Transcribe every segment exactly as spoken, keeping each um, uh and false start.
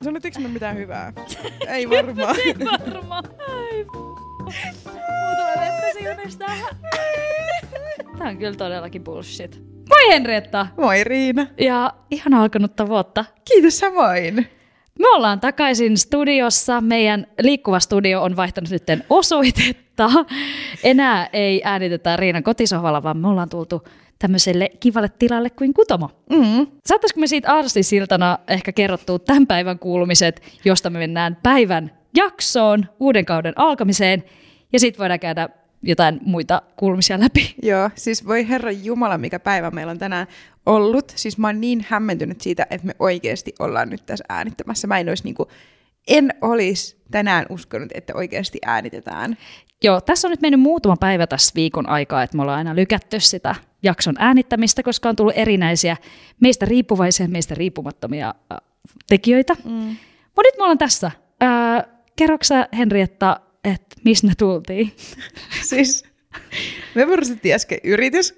Sanottiinko me mitään hyvää? Ei varmaan. Ei varmaan. Ai Muutama vettä silmistä. Tää on kyllä todellakin bullshit. Moi Henrietta! Moi Riina. Ja ihan alkanutta vuotta. Kiitos samoin. Me ollaan takaisin studiossa. Meidän liikkuva studio on vaihtanut nyt osoitetta. Enää ei äänitetä Riinan kotisohvalla, vaan me ollaan tultu tämmöiselle kivalle tilalle kuin Kutomo. Mm. Saattaisiko me siitä aasisiltana ehkä kerrottua tämän päivän kuulumiset, josta me mennään päivän jaksoon, uuden kauden alkamiseen, ja sitten voidaan käydä jotain muita kuulumisia läpi. Joo, siis voi herran jumala, mikä päivä meillä on tänään ollut. Siis mä oon niin hämmentynyt siitä, että me oikeasti ollaan nyt tässä äänittämässä. Mä en olisi niinku, en olisi tänään uskonut, että oikeasti äänitetään. Joo, tässä on nyt mennyt muutama päivä tässä viikon aikaa, että me ollaan aina lykätty sitä jakson äänittämistä, koska on tullut erinäisiä meistä riippuvaisia, meistä riippumattomia äh, tekijöitä. Mm. Mutta nyt me ollaan tässä. Äh, kerroksä, Henrietta, että mistä me tultiin? Siis me perustettiin äsken yritys.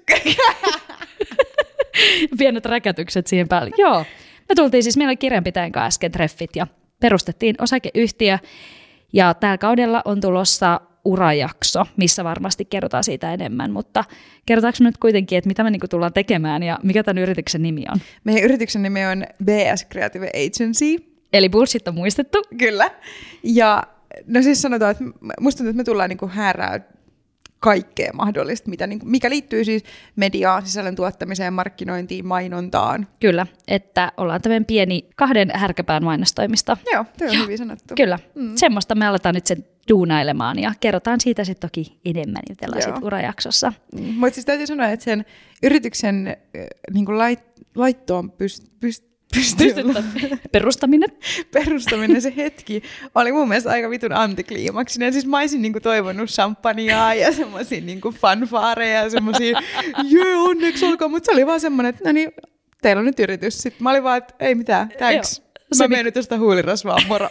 Pienet räkätykset siihen päälle. Joo, me tultiin siis, meillä oli kirjanpitäjän kanssa äsken treffit ja perustettiin osakeyhtiö. Ja tällä kaudella on tulossa urajakso, missä varmasti kerrotaan siitä enemmän, mutta kerrotaanko nyt kuitenkin, että mitä me niinku tullaan tekemään ja mikä tämän yrityksen nimi on? Meidän yrityksen nimi on B S Creative Agency. Eli bullshit on muistettu. Kyllä. Ja no siis sanotaan, että musta tuntuu, että me tullaan niinku häärää kaikkea mahdollista, mitä, niinku, mikä liittyy siis mediaan, sisällön tuottamiseen, markkinointiin, mainontaan. Kyllä, että ollaan tämmöinen pieni kahden härkäpään mainostoimista. Joo, tuo on hyvin sanottu. Kyllä, mm. semmoista me aletaan nyt sen duunailemaan ja kerrotaan siitä sitten toki enemmän tällä urajaksossa. Mm. Mutta siis täytyy sanoa, että sen yrityksen äh, niinku lait, laittoon pyst, pyst, perustaminen. Perustaminen, se hetki oli mun mielestä aika vitun antikliimaksinen. Siis mä olisin niinku toivonut champagnea ja semmoisia niinku fanfaareja ja semmoisia, jee, onneksi olkaa, mutta se oli vaan semmoinen, että no niin, teillä on nyt yritys. Sitten mä olin vaan, että ei mitään, thanks. Mä menen nyt tuosta huulirasvaa, moro.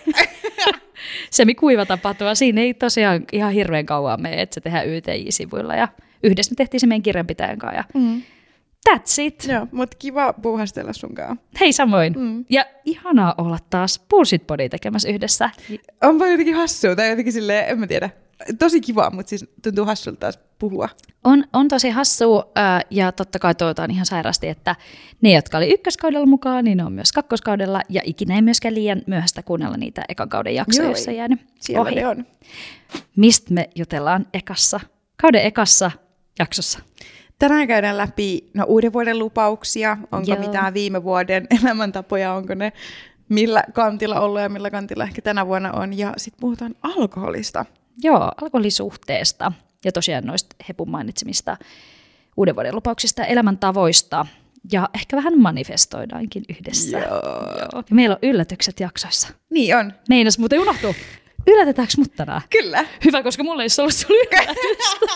Semikuiva tapahtuma, siinä ei tosiaan ihan hirveän kauan mene, että se tehdään Y T I-sivuilla ja yhdessä me tehtiin se meidän kirjanpitäjän kanssa ja mm. that's it. Joo, mutta kiva puuhastella sunkaan. Hei samoin. Mm. Ja ihanaa olla taas Bullshit Body tekemässä yhdessä. Onpa jotenkin hassua, tai jotenkin silleen, en mä tiedä. Tosi kiva, mutta siis tuntuu hassulta taas puhua. On, on tosi hassua, ja totta kai toivotaan ihan sairaasti, että ne, jotka oli ykköskaudella mukaan, niin ne on myös kakkoskaudella, ja ikinä ei myöskään liian myöhäistä kuunnella niitä ekan kauden jaksoja, joissa on jäänyt siellä ohi. Ne on. Mistä me jutellaan ekassa, kauden ekassa jaksossa? Tänään käydään läpi no, uuden vuoden lupauksia, onko Joo. mitään viime vuoden elämäntapoja, onko ne millä kantilla ollut ja millä kantilla ehkä tänä vuonna on. Ja sitten puhutaan alkoholista. Joo, alkoholisuhteesta ja tosiaan noista Hepun mainitsemista uuden vuoden lupauksista ja elämäntavoista. Ja ehkä vähän manifestoidaankin yhdessä. Joo. Joo. Ja meillä on yllätykset jaksoissa. Niin on. Meinas muuten unohtuu. Yllätetäänkö mut tänään? Kyllä. Hyvä, koska mulla ei ollut sulla yllätystä.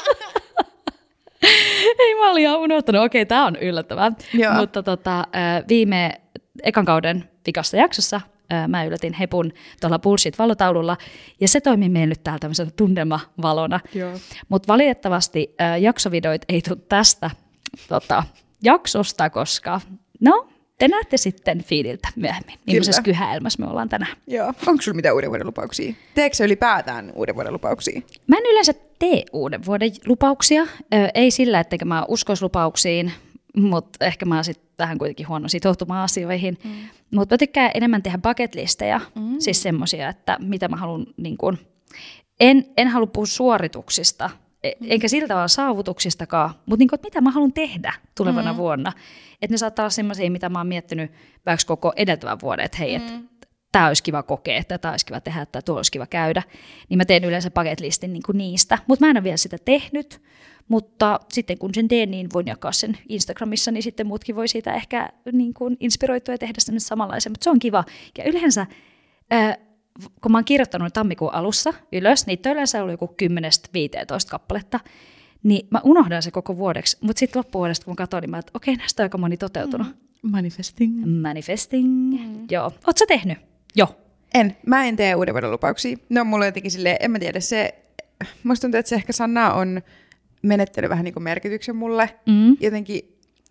Ei, mä olin ihan unohtanut. Okei, tää on yllättävää. Joo. Mutta tota, viime ekan kauden vikassa jaksossa mä yllätin Hepun tuolla Bullshit-valotaululla, ja se toimii meillä nyt täällä tämmöisenä tunnelmavalona. Mutta valitettavasti jaksovideoit ei tule tästä tota, jaksosta, koska no, te näette sitten feediltä myöhemmin, millaisessa kyhäelmässä me ollaan tänään. Joo. Onko sulla mitään uuden vuoden lupauksia? Teekö sä ylipäätään uuden vuoden lupauksia? Mä en yleensä tee uuden vuoden lupauksia. Ö, ei sillä, etteikö mä uskoisi lupauksiin, mutta ehkä mä oon sitten vähän kuitenkin huono sitoutumaan asioihin. Mm. Mutta mä tykkään enemmän tehdä bucket-listejä, mm. siis semmosia, että mitä mä haluan, niin kun, en, en halua puhua suorituksista, mm. enkä siltä vaan saavutuksistakaan, mutta niin kun, mitä mä haluan tehdä tulevana mm. vuonna. Että ne saattaa olla semmoisia, mitä mä oon miettinyt vaikka koko edeltävän vuoden, että hei, mm. että tämä olisi kiva kokea, että tämä olisi kiva tehdä, että tuo olisi kiva käydä. Niin mä teen yleensä bucket listin niin kuin niistä, mutta mä en ole vielä sitä tehnyt. Mutta sitten kun sen teen, niin voin jakaa sen Instagramissa, niin sitten muutkin voi siitä ehkä niin kuin inspiroitua ja tehdä sen samanlaisen. Mutta se on kiva. Ja yleensä, äh, kun mä oon kirjoittanut tammikuun alussa ylös, niitä on yleensä ollut joku kymmenestä viiteentoista kappaletta, niin mä unohdan se koko vuodeksi. Mutta sitten loppuvuodesta, kun mä katsoin, niin mä että okei, näistä on aika moni toteutunut. Mm. Manifesting. Manifesting. Mm. Joo. Ootko sä tehnyt? Joo. En. Mä en tee uuden vuoden lupauksia. No mulla jotenkin silleen, en mä tiedä, se, musta tuntuu, että se ehkä sana on menettänyt vähän niin kuin merkityksen mulle. Mm. Jotenkin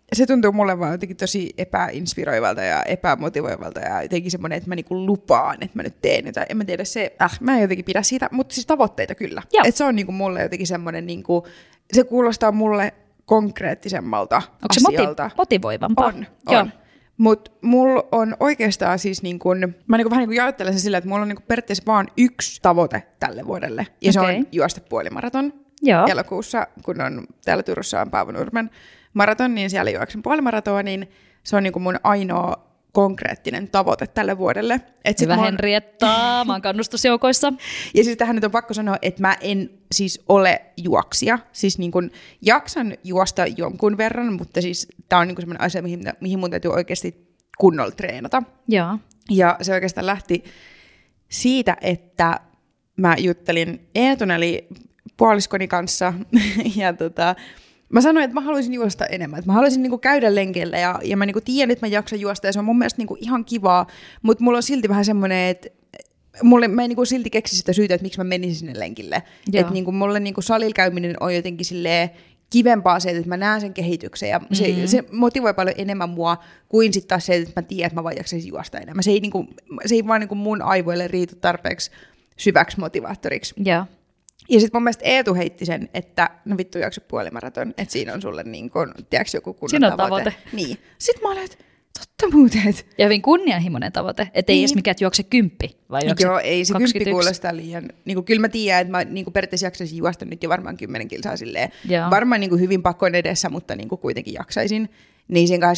se tuntuu mulle vaan jotenkin tosi epäinspiroivalta ja epämotivoivalta ja jotenkin semmoinen, että mä niinku lupaan, että mä nyt teen jotain. En mä tiedä, se, äh, mä en jotenkin pidä siitä, mutta siis tavoitteita kyllä. Että se on niinku mulle jotenkin semmoinen, niinku, se kuulostaa mulle konkreettisemmalta Onko asialta. Onko se moti- motivoivampaa? On, on. Mutta mulla on oikeastaan siis, niin kun, mä niin kun vähän niin jaottelen se sillä, että mulla on niin periaatteessa vaan yksi tavoite tälle vuodelle. Ja okay. se on juosta puolimaraton. Joo. Elokuussa, kun on täällä Turussa on Paavo Nurmen maraton, niin siellä juoksen puolimaratoa, niin se on niin kun mun ainoa konkreettinen tavoite tälle vuodelle. Et Hyvä Henrietta, mä oon kannustusjoukoissa. Ja siis tähän nyt on pakko sanoa, että mä en siis ole juoksija. Siis niin kun jaksan juosta jonkun verran, mutta siis tää on niin kun semmoinen asia, mihin, mihin mun täytyy oikeasti kunnolla treenata. Joo. Ja se oikeastaan lähti siitä, että mä juttelin Eetun eli puoliskoni kanssa ja tota, mä sanoin, että mä haluaisin juosta enemmän, että mä haluaisin niinku käydä lenkillä ja, ja mä niinku tiedän, että mä jaksan juosta ja se on mun mielestä niinku ihan kivaa, mutta mulla on silti vähän semmoinen, että mulle, mä en niinku silti keksi sitä syytä, että miksi mä menisin sinne lenkille. Että niinku mulle niinku salilla käyminen on jotenkin silleen kivempaa se, että mä näen sen kehityksen ja se, mm-hmm. se motivoi paljon enemmän mua kuin sitten taas se, että mä tiedän, että mä vaan jaksaisin juosta enemmän. Se ei, niinku, se ei vaan niinku mun aivoille riitä tarpeeksi syväksi motivaattoriksi. Yeah. Ja sitten mun mielestä Eetu heitti sen, että no vittu juokse puolimaraton, että siinä on sulle niin kun, tiedätkö, joku kunnon tavoite. tavoite. Niin. Sitten mä olen, että totta muuten. Ja hyvin kunnianhimoinen tavoite, että niin. Ei edes mikään, että juokse kymppi, vai juokse Joo, ei se kaksikymmentäyksi. Kymppi kuulostaa liian. Niin kuin, kyllä mä tiedän, että mä niin kuin periaatteessa jaksaisin juosta nyt jo varmaan kymmenen kilsaa silleen. Joo. Varmaan niin kuin hyvin pakkoin edessä, mutta niin kuin kuitenkin jaksaisin. Niin siinä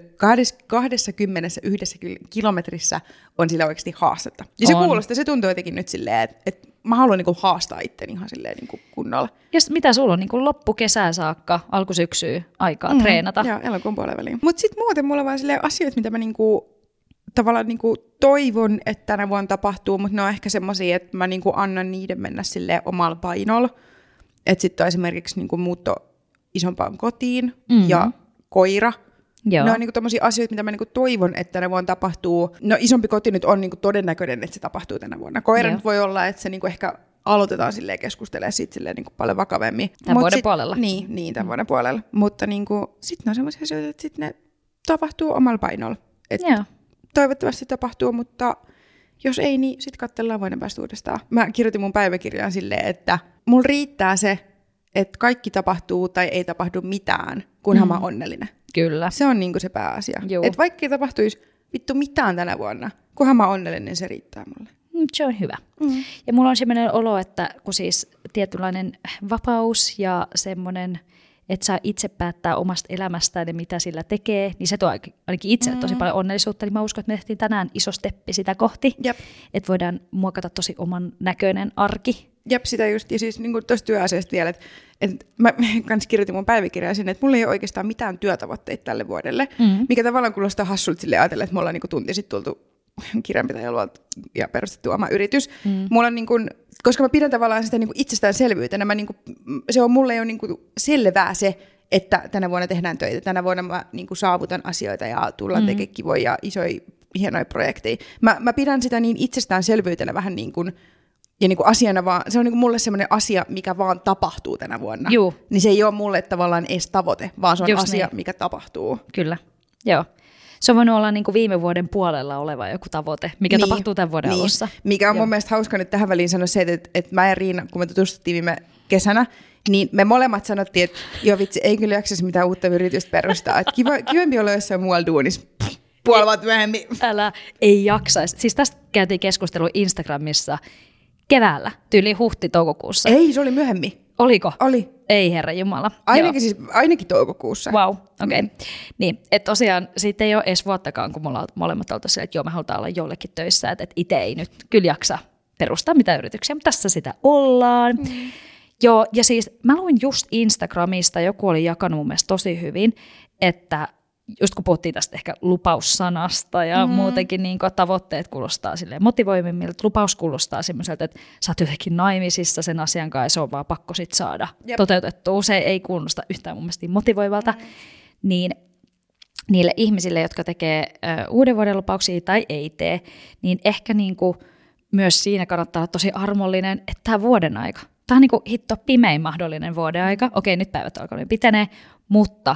kaksikymmentäyhdessä kilometrissä on sillä oikeasti haastetta. Ja se on. Kuulostaa, se tuntuu jotenkin nyt silleen, että, että mä haluan niin kuin haastaa itteni ihan silleen niin kuin kunnolla. Ja mitä sulla on niin kuin loppukesään saakka, alkusyksyä aikaa mm, treenata? Joo, elokuun puolen väliin. Mutta sitten muuten mulla on vaan silleen asioita, mitä mä niinku, tavallaan niinku toivon, että tänä vuonna tapahtuu, mutta ne on ehkä semmosia, että mä niinku annan niiden mennä silleen omalla painolla. Että sitten on esimerkiksi niinku muutto isompaan kotiin mm-hmm. ja koira. Joo. Ne on niinku tommosia asioita, mitä mä niinku toivon, että tänä vuonna tapahtuu. No isompi koti nyt on niinku todennäköinen, että se tapahtuu tänä vuonna. Koira nyt voi olla, että se niinku ehkä aloitetaan silleen keskustelemaan siitä silleen niinku paljon vakavemmin. Tämän Mut vuoden sit, puolella. Niin, niin tämän mm. vuoden puolella. Mutta niinku, sitten ne on semmoisia asioita, että sitten ne tapahtuu omalla painolla. Et toivottavasti tapahtuu, mutta jos ei, niin sitten katsellaan vuoden päästä uudestaan. Mä kirjoitin mun päiväkirjaan silleen, että mulla riittää se, että kaikki tapahtuu tai ei tapahdu mitään, kunhan mm. mä oon onnellinen. Kyllä. Se on niinku se pääasia. Että vaikka ei tapahtuisi vittu mitään tänä vuonna, kunhan mä oon onnellinen, niin se riittää mulle. Se on hyvä. Mm. Ja mulla on sellainen olo, että kun siis tietynlainen vapaus ja semmoinen, että saa itse päättää omasta elämästään ja mitä sillä tekee, niin se tuo ainakin itselle mm. tosi paljon onnellisuutta. Niin mä uskon, että me tehtiin tänään iso steppi sitä kohti, Jep. että voidaan muokata tosi oman näköinen arki. Jep, sitä just. Ja siis niin tuosta työasiasta vielä, että, että mä kans kirjoitin mun päiväkirjaa sinne, että mulla ei ole oikeastaan mitään työtavoitteita tälle vuodelle, mm. mikä tavallaan kuulostaa hassulta silleen ajatella, että me ollaan niin tunti sitten tultu kirjanpitäjäluolta ja perustettu oma yritys. Mm. Mulla on niin kuin, koska mä pidän tavallaan sitä niin kuin itsestäänselvyytenä, mä niin kuin, se on mulle jo niin kuin selvää se, että tänä vuonna tehdään töitä, tänä vuonna mä niin kuin saavutan asioita ja tullaan mm. tekemään kivoja ja isoja, hienoja projekteja. Mä, mä pidän sitä niin itsestäänselvyytenä vähän niin kuin, ja niin kuin asiana vaan, se on niin kuin mulle semmoinen asia, mikä vaan tapahtuu tänä vuonna. Juu. Niin se ei ole mulle tavallaan edes tavoite, vaan se on Just asia, niin. mikä tapahtuu. Kyllä, joo. Se on voinut olla niin kuin viime vuoden puolella oleva joku tavoite, mikä niin, tapahtuu tämän vuoden niin. alussa. Mikä on Joo. mun mielestä hauska nyt tähän väliin sanoa se, että, että mä ja Riina, kun me tutustuttiin viime kesänä, niin me molemmat sanottiin, että joo vitsi, ei kyllä jaksaisi mitään uutta yritystä perustaa. Että kiva, kivempi olla jossain muualla duunissa puoli vuotta myöhemmin. Älä, ei jaksaisi. Siis tästä käytiin keskustelua Instagramissa keväällä, tyyli huhti-toukokuussa. Ei, se oli myöhemmin. Oliko? Oli. Ei herra jumala. Ainakin, siis, ainakin toukokuussa. Vau, wow, okei. Okay. Mm. Niin, että tosiaan siitä ei ole edes vuottakaan, kun me ollaan molemmat oltu sillä, että joo, me halutaan olla jollekin töissä, että, että itse ei nyt kyllä jaksa perustaa mitään yrityksiä, mutta tässä sitä ollaan. Mm. Joo, ja siis mä luin just Instagramista, joku oli jakanut mun mielestä tosi hyvin, että just kun puhuttiin tästä ehkä lupaussanasta ja mm. muutenkin niin kuin, tavoitteet kuulostaa silleen motivoimimmilta, lupaus kuulostaa semmoiselta, että sä oot jotenkin naimisissa sen asian kanssa ja se on vaan pakko sit saada Jep. toteutettua. Se ei kuulosta yhtään mun mielestä motivoivalta. Mm. Niin niille ihmisille, jotka tekee ö, uuden vuoden lupauksia tai ei tee, niin ehkä niin kuin, myös siinä kannattaa olla tosi armollinen, että tämä vuoden aika, tämä on niin kuin hitto pimein mahdollinen vuoden aika. Okei, nyt päivät alkaa pitenee, mutta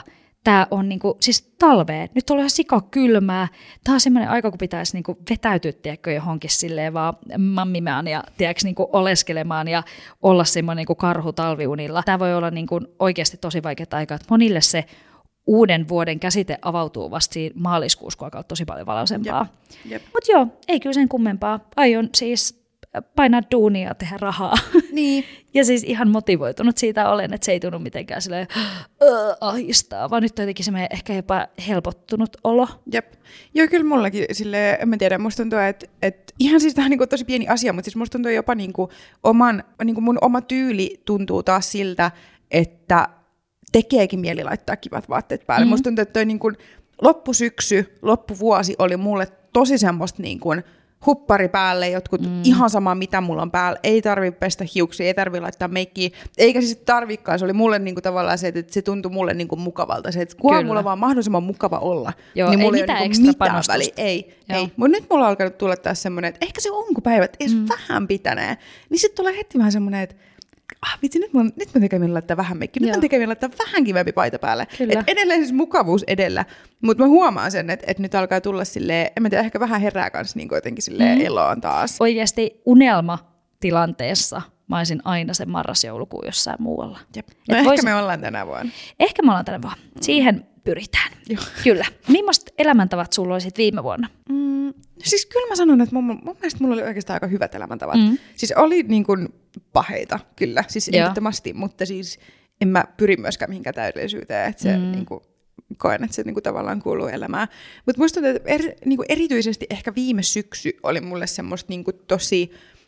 tää on niinku, siis talvea, nyt on ihan sikakylmää. Tää on semmoinen aika, kun pitäisi niinku vetäytyä, tiedätkö, johonkin silleen vaan mammimaan ja tiedätkö, niinku oleskelemaan ja olla semmoinen niinku karhu talviunilla. Tää voi olla niinku oikeasti tosi vaikeaa aikaa, että monille se uuden vuoden käsite avautuu vasta siinä maaliskuussa, kun alkaa tosi paljon valoisempaa. Mutta joo, ei kyllä sen kummempaa. Aion siis painaa duunia ja tehdä rahaa. Niin. Ja siis ihan motivoitunut siitä olen, että se ei tunnu mitenkään silleen ahistaa, vaan nyt on jotenkin semmoinen ehkä jopa helpottunut olo. Jep. Joo, kyllä mullakin silleen, en mä tiedä, musta tuntuu, että, että ihan siis tähän niin tosi pieni asia, mutta siis musta tuntuu jopa niin kuin oman, niin kuin mun oma tyyli tuntuu taas siltä, että tekeekin mieli laittaa kivat vaatteet päälle. Mm. Musta tuntuu, että toi niin kuin loppusyksy, loppuvuosi oli mulle tosi semmoista niin kuin huppari päälle, jotkut mm. ihan sama mitä mulla on päällä, ei tarvi pestä hiuksia, ei tarvi laittaa meikkiä, eikä siis tarvikaan, se oli mulle niinku tavallaan se, että se tuntui mulle niinku mukavalta, se, että kunhan mulla vaan mahdollisimman mukava olla, joo, niin mulla ei ei mitään ole ekstra niinku mitään panostusta. väliä, ei, ei. Mutta nyt mulla on alkanut tulla taas semmoinen, että ehkä se on, kun päivät edes mm. vähän pitänee, niin sitten tulee heti vähän semmoinen, että ah vitsi, nyt mun, nyt mun tekee mieli laittaa vähän meikkiä, nyt mun tekee mieli laittaa vähän kivempi paita päälle. Et edelleen siis mukavuus edellä, mutta mä huomaan sen, että et nyt alkaa tulla silleen, en mä tiedä, ehkä vähän herää kanssa niin jotenkin silleen mm. eloon taas. Oikeasti unelmatilanteessa mä olisin aina sen marras-joulukuun jossain muualla. Jep. No ehkä vois... me ollaan tänä vuonna. Ehkä me ollaan tänä vuonna. Siihen pyritään. Joo. Kyllä. Millaiset elämäntavat sulla olisit viime vuonna? Mm, siis kyllä mä sanon, että mun, mun mielestä mulla oli oikeastaan aika hyvät elämäntavat. Mm. Siis oli niin kuin paheita, kyllä. Siis ehdottomasti, mutta siis en mä pyri myöskään mihinkään täydellisyyteen, että se mm. niin kuin, koen, että se niin kuin, tavallaan kuuluu elämään. Mutta musta tuntuu, että er, niin kuin erityisesti ehkä viime syksy oli mulle semmoista niin kuin tosi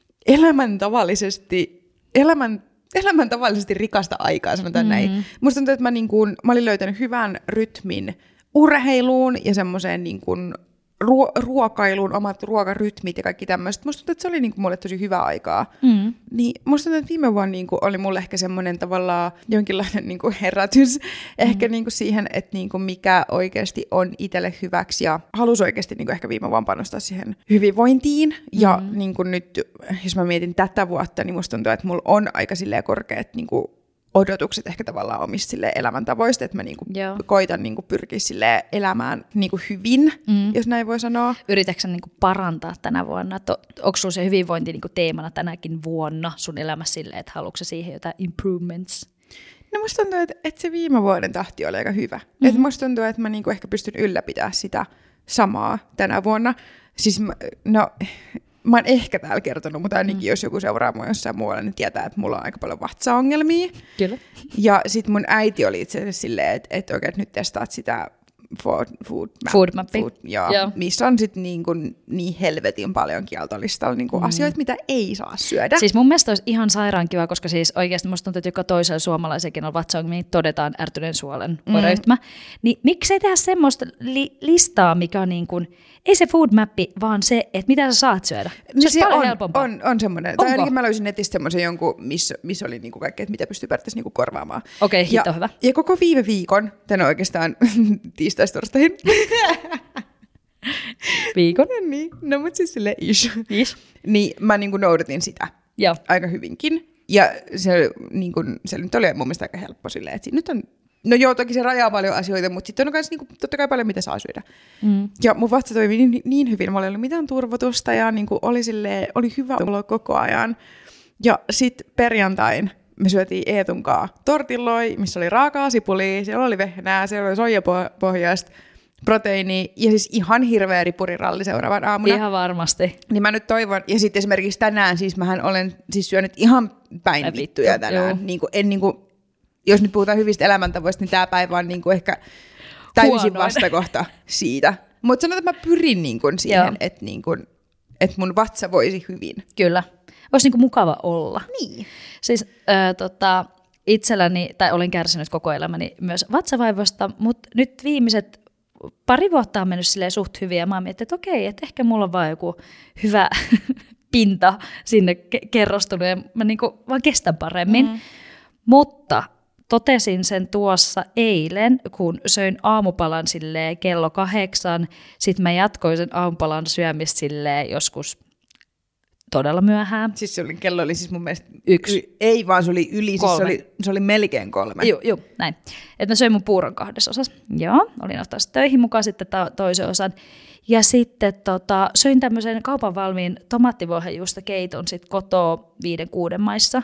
elämäntavallisesti, elämän, elämäntavallisesti rikasta aikaa, sanotaan mm. näin. Musta tuntuu, että mä, niin kuin, mä olin löytänyt hyvän rytmin urheiluun ja semmoiseen niin kuin ruo- ruokailuun, omat ruokarytmit ja kaikki tämmöiset. Musta tuntuu, että se oli niin kuin mulle tosi hyvää aikaa. Mm. Niin musta tuntuu, että viime vuonna niin kuin oli mulle ehkä semmoinen tavallaan jonkinlainen niin kuin herätys mm. ehkä niin kuin siihen, että niin kuin mikä oikeasti on itselle hyväksi. Ja halusi oikeasti niin kuin ehkä viime vuonna panostaa siihen hyvinvointiin. Ja mm. niin kuin nyt, jos mä mietin tätä vuotta, niin musta tuntuu, että mulla on aika silleen korkeat niin kuin odotukset ehkä tavallaan omista elämäntavoista, että mä niinku koitan niinku pyrkiä elämään niinku hyvin, mm. jos näin voi sanoa. Yritätkö sä niinku parantaa tänä vuonna? To, onko sulla se hyvinvointi niinku teemana tänäkin vuonna sun elämässä silleen, että haluatko sä siihen jotain improvements? No musta tuntuu, että, että se viime vuoden tahti oli aika hyvä. Mm-hmm. Että musta tuntuu, että mä niinku ehkä pystyn ylläpitämään sitä samaa tänä vuonna. Siis mä, no... Mä oon ehkä täällä kertonut, mutta ainakin mm. jos joku seuraa mua jossain muualla, niin tietää, että mulla on aika paljon vatsaongelmia. Kyllä. Ja sit mun äiti oli itse asiassa silleen, että, että oikein nyt testaat sitä food, food, map, food mappi, food, joo, joo. missä on sit niin, kuin, niin helvetin paljon kieltolistalla niin kuin mm. asioita, mitä ei saa syödä. Siis mun mielestä olisi ihan sairaan kiva, koska siis oikeasti musta tuntuu, että joka toisella suomalaisekin on vatsaongelmia, todetaan ärtyneen suolen oireyhtymä. Mm. Niin miksei tehdä semmoista li- listaa, mikä on niin kuin, ei se food mappi, vaan se, että mitä sä saat syödä. Se no olisi se paljon on, helpompaa. On, on semmoinen. Tai ainakin mä löysin netistä semmoisen jonkun, missä, missä oli niinku kaikkea, että mitä pystyy periaatteessa niinku korvaamaan. Okei, okay, hitto hyvä. Ja koko viime viikon, tänne oikeastaan tiistaista torstaihin. Viikon? No niin, no mut siis silleen ish. Ish. Niin mä niinku noudatin sitä Joo. aika hyvinkin. Ja se, niinku, se nyt oli mun mielestä aika helppo silleen, että nyt on... No joo, toki se rajaa paljon asioita, mutta sitten on myös niinku, totta kai paljon, mitä saa syödä. Mm. Ja mun vatsa toimi niin, niin hyvin, mulla ei ollut mitään turvotusta ja niinku, oli, silleen, oli hyvä olo koko ajan. Ja sitten perjantain me syötiin Eetunkaan tortilloi, missä oli raakaa sipulia, siellä oli vehnää, siellä oli soijapohjaista proteiiniä ja siis ihan hirveä ripuriralli seuraavan aamuna. Ihan varmasti. Niin mä nyt toivon, ja sitten esimerkiksi tänään siis mähän olen siis syönyt ihan päin vittuja tänään. Niinku, en niinku... Jos nyt puhutaan hyvistä elämäntavoista, niin tämä päivä on niinku ehkä täysin Huonoin. vastakohta siitä. Mutta sanotaan, että mä pyrin niinku siihen, että niinku, et mun vatsa voisi hyvin. Kyllä. Olisi niinku mukava olla. Niin. Siis äh, tota, itselläni, tai olen kärsinyt koko elämäni myös vatsavaivoista, mutta nyt viimeiset pari vuotta on mennyt silleen suht hyvin, ja mä oon miettinyt, että okei, että ehkä mulla on vaan joku hyvä pinta sinne ke- kerrostunut, ja mä niinku vaan kestän paremmin. Mm. Mutta totesin sen tuossa eilen, kun söin aamupalan silleen kello kahdeksan, sitten mä jatkoin sen aamupalan syömistä silleen joskus todella myöhään. Siis se oli, kello oli siis mun mielestä... Yksi. Y, ei vaan se oli yli, siis se oli, se oli melkein kolme. Joo, joo, näin. Että mä söin mun puuron kahdessa osassa. Joo, olin ottaa töihin mukaan sitten ta- toisen osan. Ja sitten tota, söin tämmöisen kaupan valmiin tomaattivuohenjuusta keiton sit kotoa viiden kuuden maissa.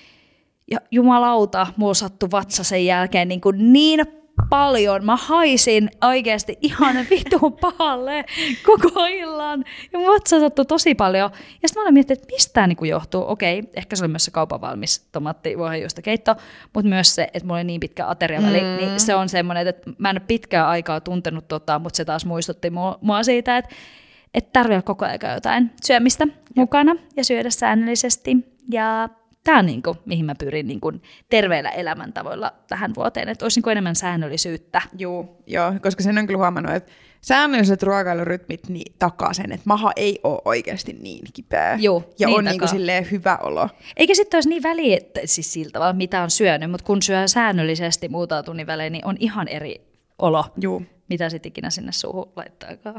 Ja jumalauta, mulla sattui vatsa sen jälkeen niin, kuin niin paljon. Mä haisin oikeasti ihan vitun pahalle koko illan. Ja mun vatsa sattui tosi paljon. Ja sitten mä olen miettinyt, että mistä tämä niinku johtuu. Okei, ehkä se oli myös se kaupan valmis tomaattivuohenjuusta keitto, mutta myös se, että mulla oli niin pitkä ateriaväli, mm. niin se on semmoinen, että mä en ole pitkää aikaa tuntenut tota, mutta se taas muistutti mua, mua siitä, että että tarvii olla koko ajan jotain syömistä Jep. mukana ja syödä säännöllisesti. Ja tämä on niin kuin, mihin mä pyrin niin kuin terveillä elämäntavoilla tähän vuoteen, että olisi niin kuin enemmän säännöllisyyttä. Joo, joo, koska sen on kyllä huomannut, että säännölliset ruokailurytmit niin takaa sen, että maha ei ole oikeasti niin kipeä. Joo, ja niin on niin kuin silleen hyvä olo. Eikä sitten olisi niin väliä, että siis siltä tavalla, mitä on syönyt, mutta kun syö säännöllisesti muutama tunnin välein, niin on ihan eri olo. Joo. Mitä sit ikinä sinne suuhun laittaakaan.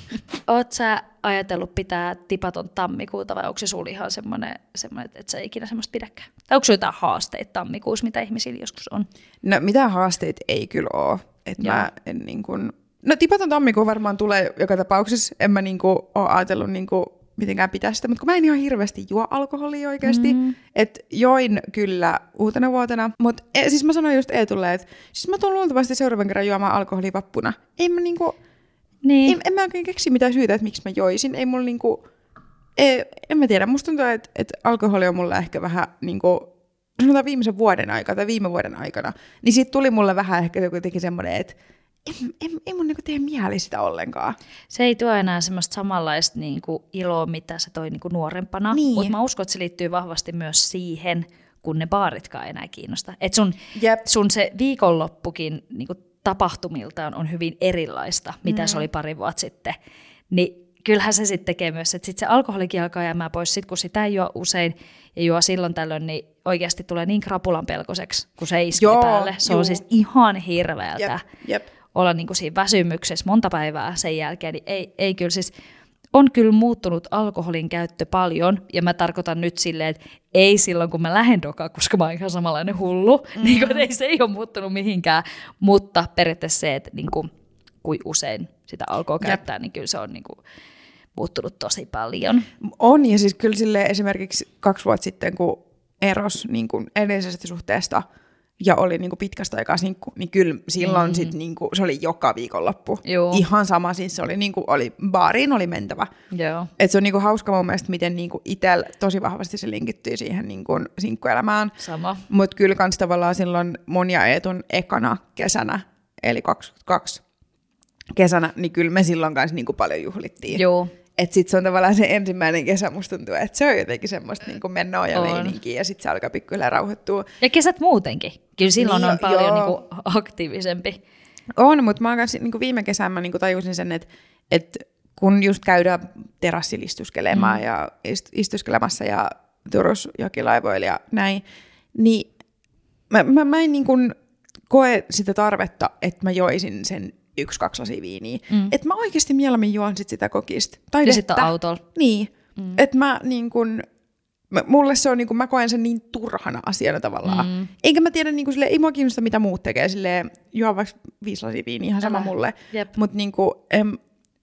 Oot sä ajatellut pitää tipaton tammikuuta vai onko se sulla ihan semmoinen, semmoinen että sä ei ikinä semmoista pidäkään? Tai onko sulla jotain haasteita tammikuussa, mitä ihmisillä joskus on? No mitään haasteita ei kyllä ole. Että mä en niin kuin... No tipaton tammikuu varmaan tulee joka tapauksessa. En mä niin kuin ole ajatellut niin kuin mitenkään pitää sitä, mutta kun mä en ihan hirveästi juo alkoholia oikeasti. Mm. Että join kyllä uutena vuotena. Mutta e, siis mä sanoin just Eetulle, että siis mä tuun luultavasti seuraavan kerran juomaan alkoholia vappuna. Ei mä niinku... Niin. En, en mä oikein keksi mitään syytä, että miksi mä joisin. Ei mulla niinku... Ei, en mä tiedä. Musta tuntuu, että, että alkoholi on mulle ehkä vähän niinku... Sanotaan viimeisen vuoden aikana tai viime vuoden aikana. Niin siitä tuli mulle vähän ehkä jotenkin semmoinen, että en, en, ei mun niinku tee mieli sitä ollenkaan. Se ei tuo enää semmoista samanlaista niinku iloa, mitä se toi niinku nuorempana. Niin. Mutta mä uskon, että se liittyy vahvasti myös siihen, kun ne baaritkaan enää kiinnosta. Et sun, sun se viikonloppukin niinku tapahtumiltaan on hyvin erilaista, mitä mm. se oli pari vuotta sitten. Niin kyllähän se sitten tekee myös, että sit se alkoholikin alkaa jäämään pois. Sitten kun sitä ei juo usein ja juo silloin tällöin, niin oikeasti tulee niin krapulan pelkoiseksi, kun se iskee Joo, päälle. Se juu. on siis ihan hirveältä. Jep, jep. Olla niin kuin siinä väsymyksessä monta päivää sen jälkeen, niin ei, ei kyllä siis, on kyllä muuttunut alkoholin käyttö paljon, ja mä tarkoitan nyt silleen, että ei silloin, kun mä lähden dokaan, koska mä oon ihan samanlainen hullu, mm-hmm. niin kuin, ei, se ei ole muuttunut mihinkään, mutta periaatteessa se, että niin kuin, kuin usein sitä alkoi käyttää, niin kyllä se on niin kuin muuttunut tosi paljon. On, ja siis kyllä silleen esimerkiksi kaksi vuotta sitten, kun eros niin kuin edellisestä suhteesta, ja oli niinku pitkästä aikaa sinkku, niin kyllä silloin mm. sit niinku, se oli joka viikonloppu. Joo. Ihan sama, siis se oli niinku, oli, baariin oli mentävä. Joo. Et se on niinku hauska mun mielestä, miten niinku itsellä tosi vahvasti se linkittyy siihen niinku sinkkuelämään. Sama. Mutta kyllä kans tavallaan silloin mun ja Eetun ekana kesänä, eli kaksikymmentäkaksi kesänä, niin kyllä me silloin kanssa niinku paljon juhlittiin. Joo. Että sit se on tavallaan se ensimmäinen kesä, musta tuntuu, että se on jotenkin semmoista niinku menoa ja meininkiä, ja sit se alkaa pikkuhiljaa rauhoittua. Ja kesät muutenkin. Kyllä silloin niin, on paljon niinku aktiivisempi. On, mutta mä oon kanssa niinku viime kesänä mä niinku tajusin sen, että et kun just käydään terassilla istuskelemaan mm. ja ist, istuskelemassa ja Turus jokilaivoilla ja näin, niin mä, mä, mä en niinku koe sitä tarvetta, että mä joisin sen yksi, kaksi lasia viiniä. Mm. Että mä oikeasti mieluummin juon sit sitä kokista. Tai ja sitten autolla. Niin. Mm. Että mä niin kun, mä, mulle se on niin kun, mä koen sen niin turhana asiana tavallaan. Mm. Eikä mä tiedä, niin kun, silleen, ei mua kiinnosta mitä muut tekee. Silleen, juo vaikka viisi lasia viiniä, ihan sama Älä. mulle. Mutta niin em,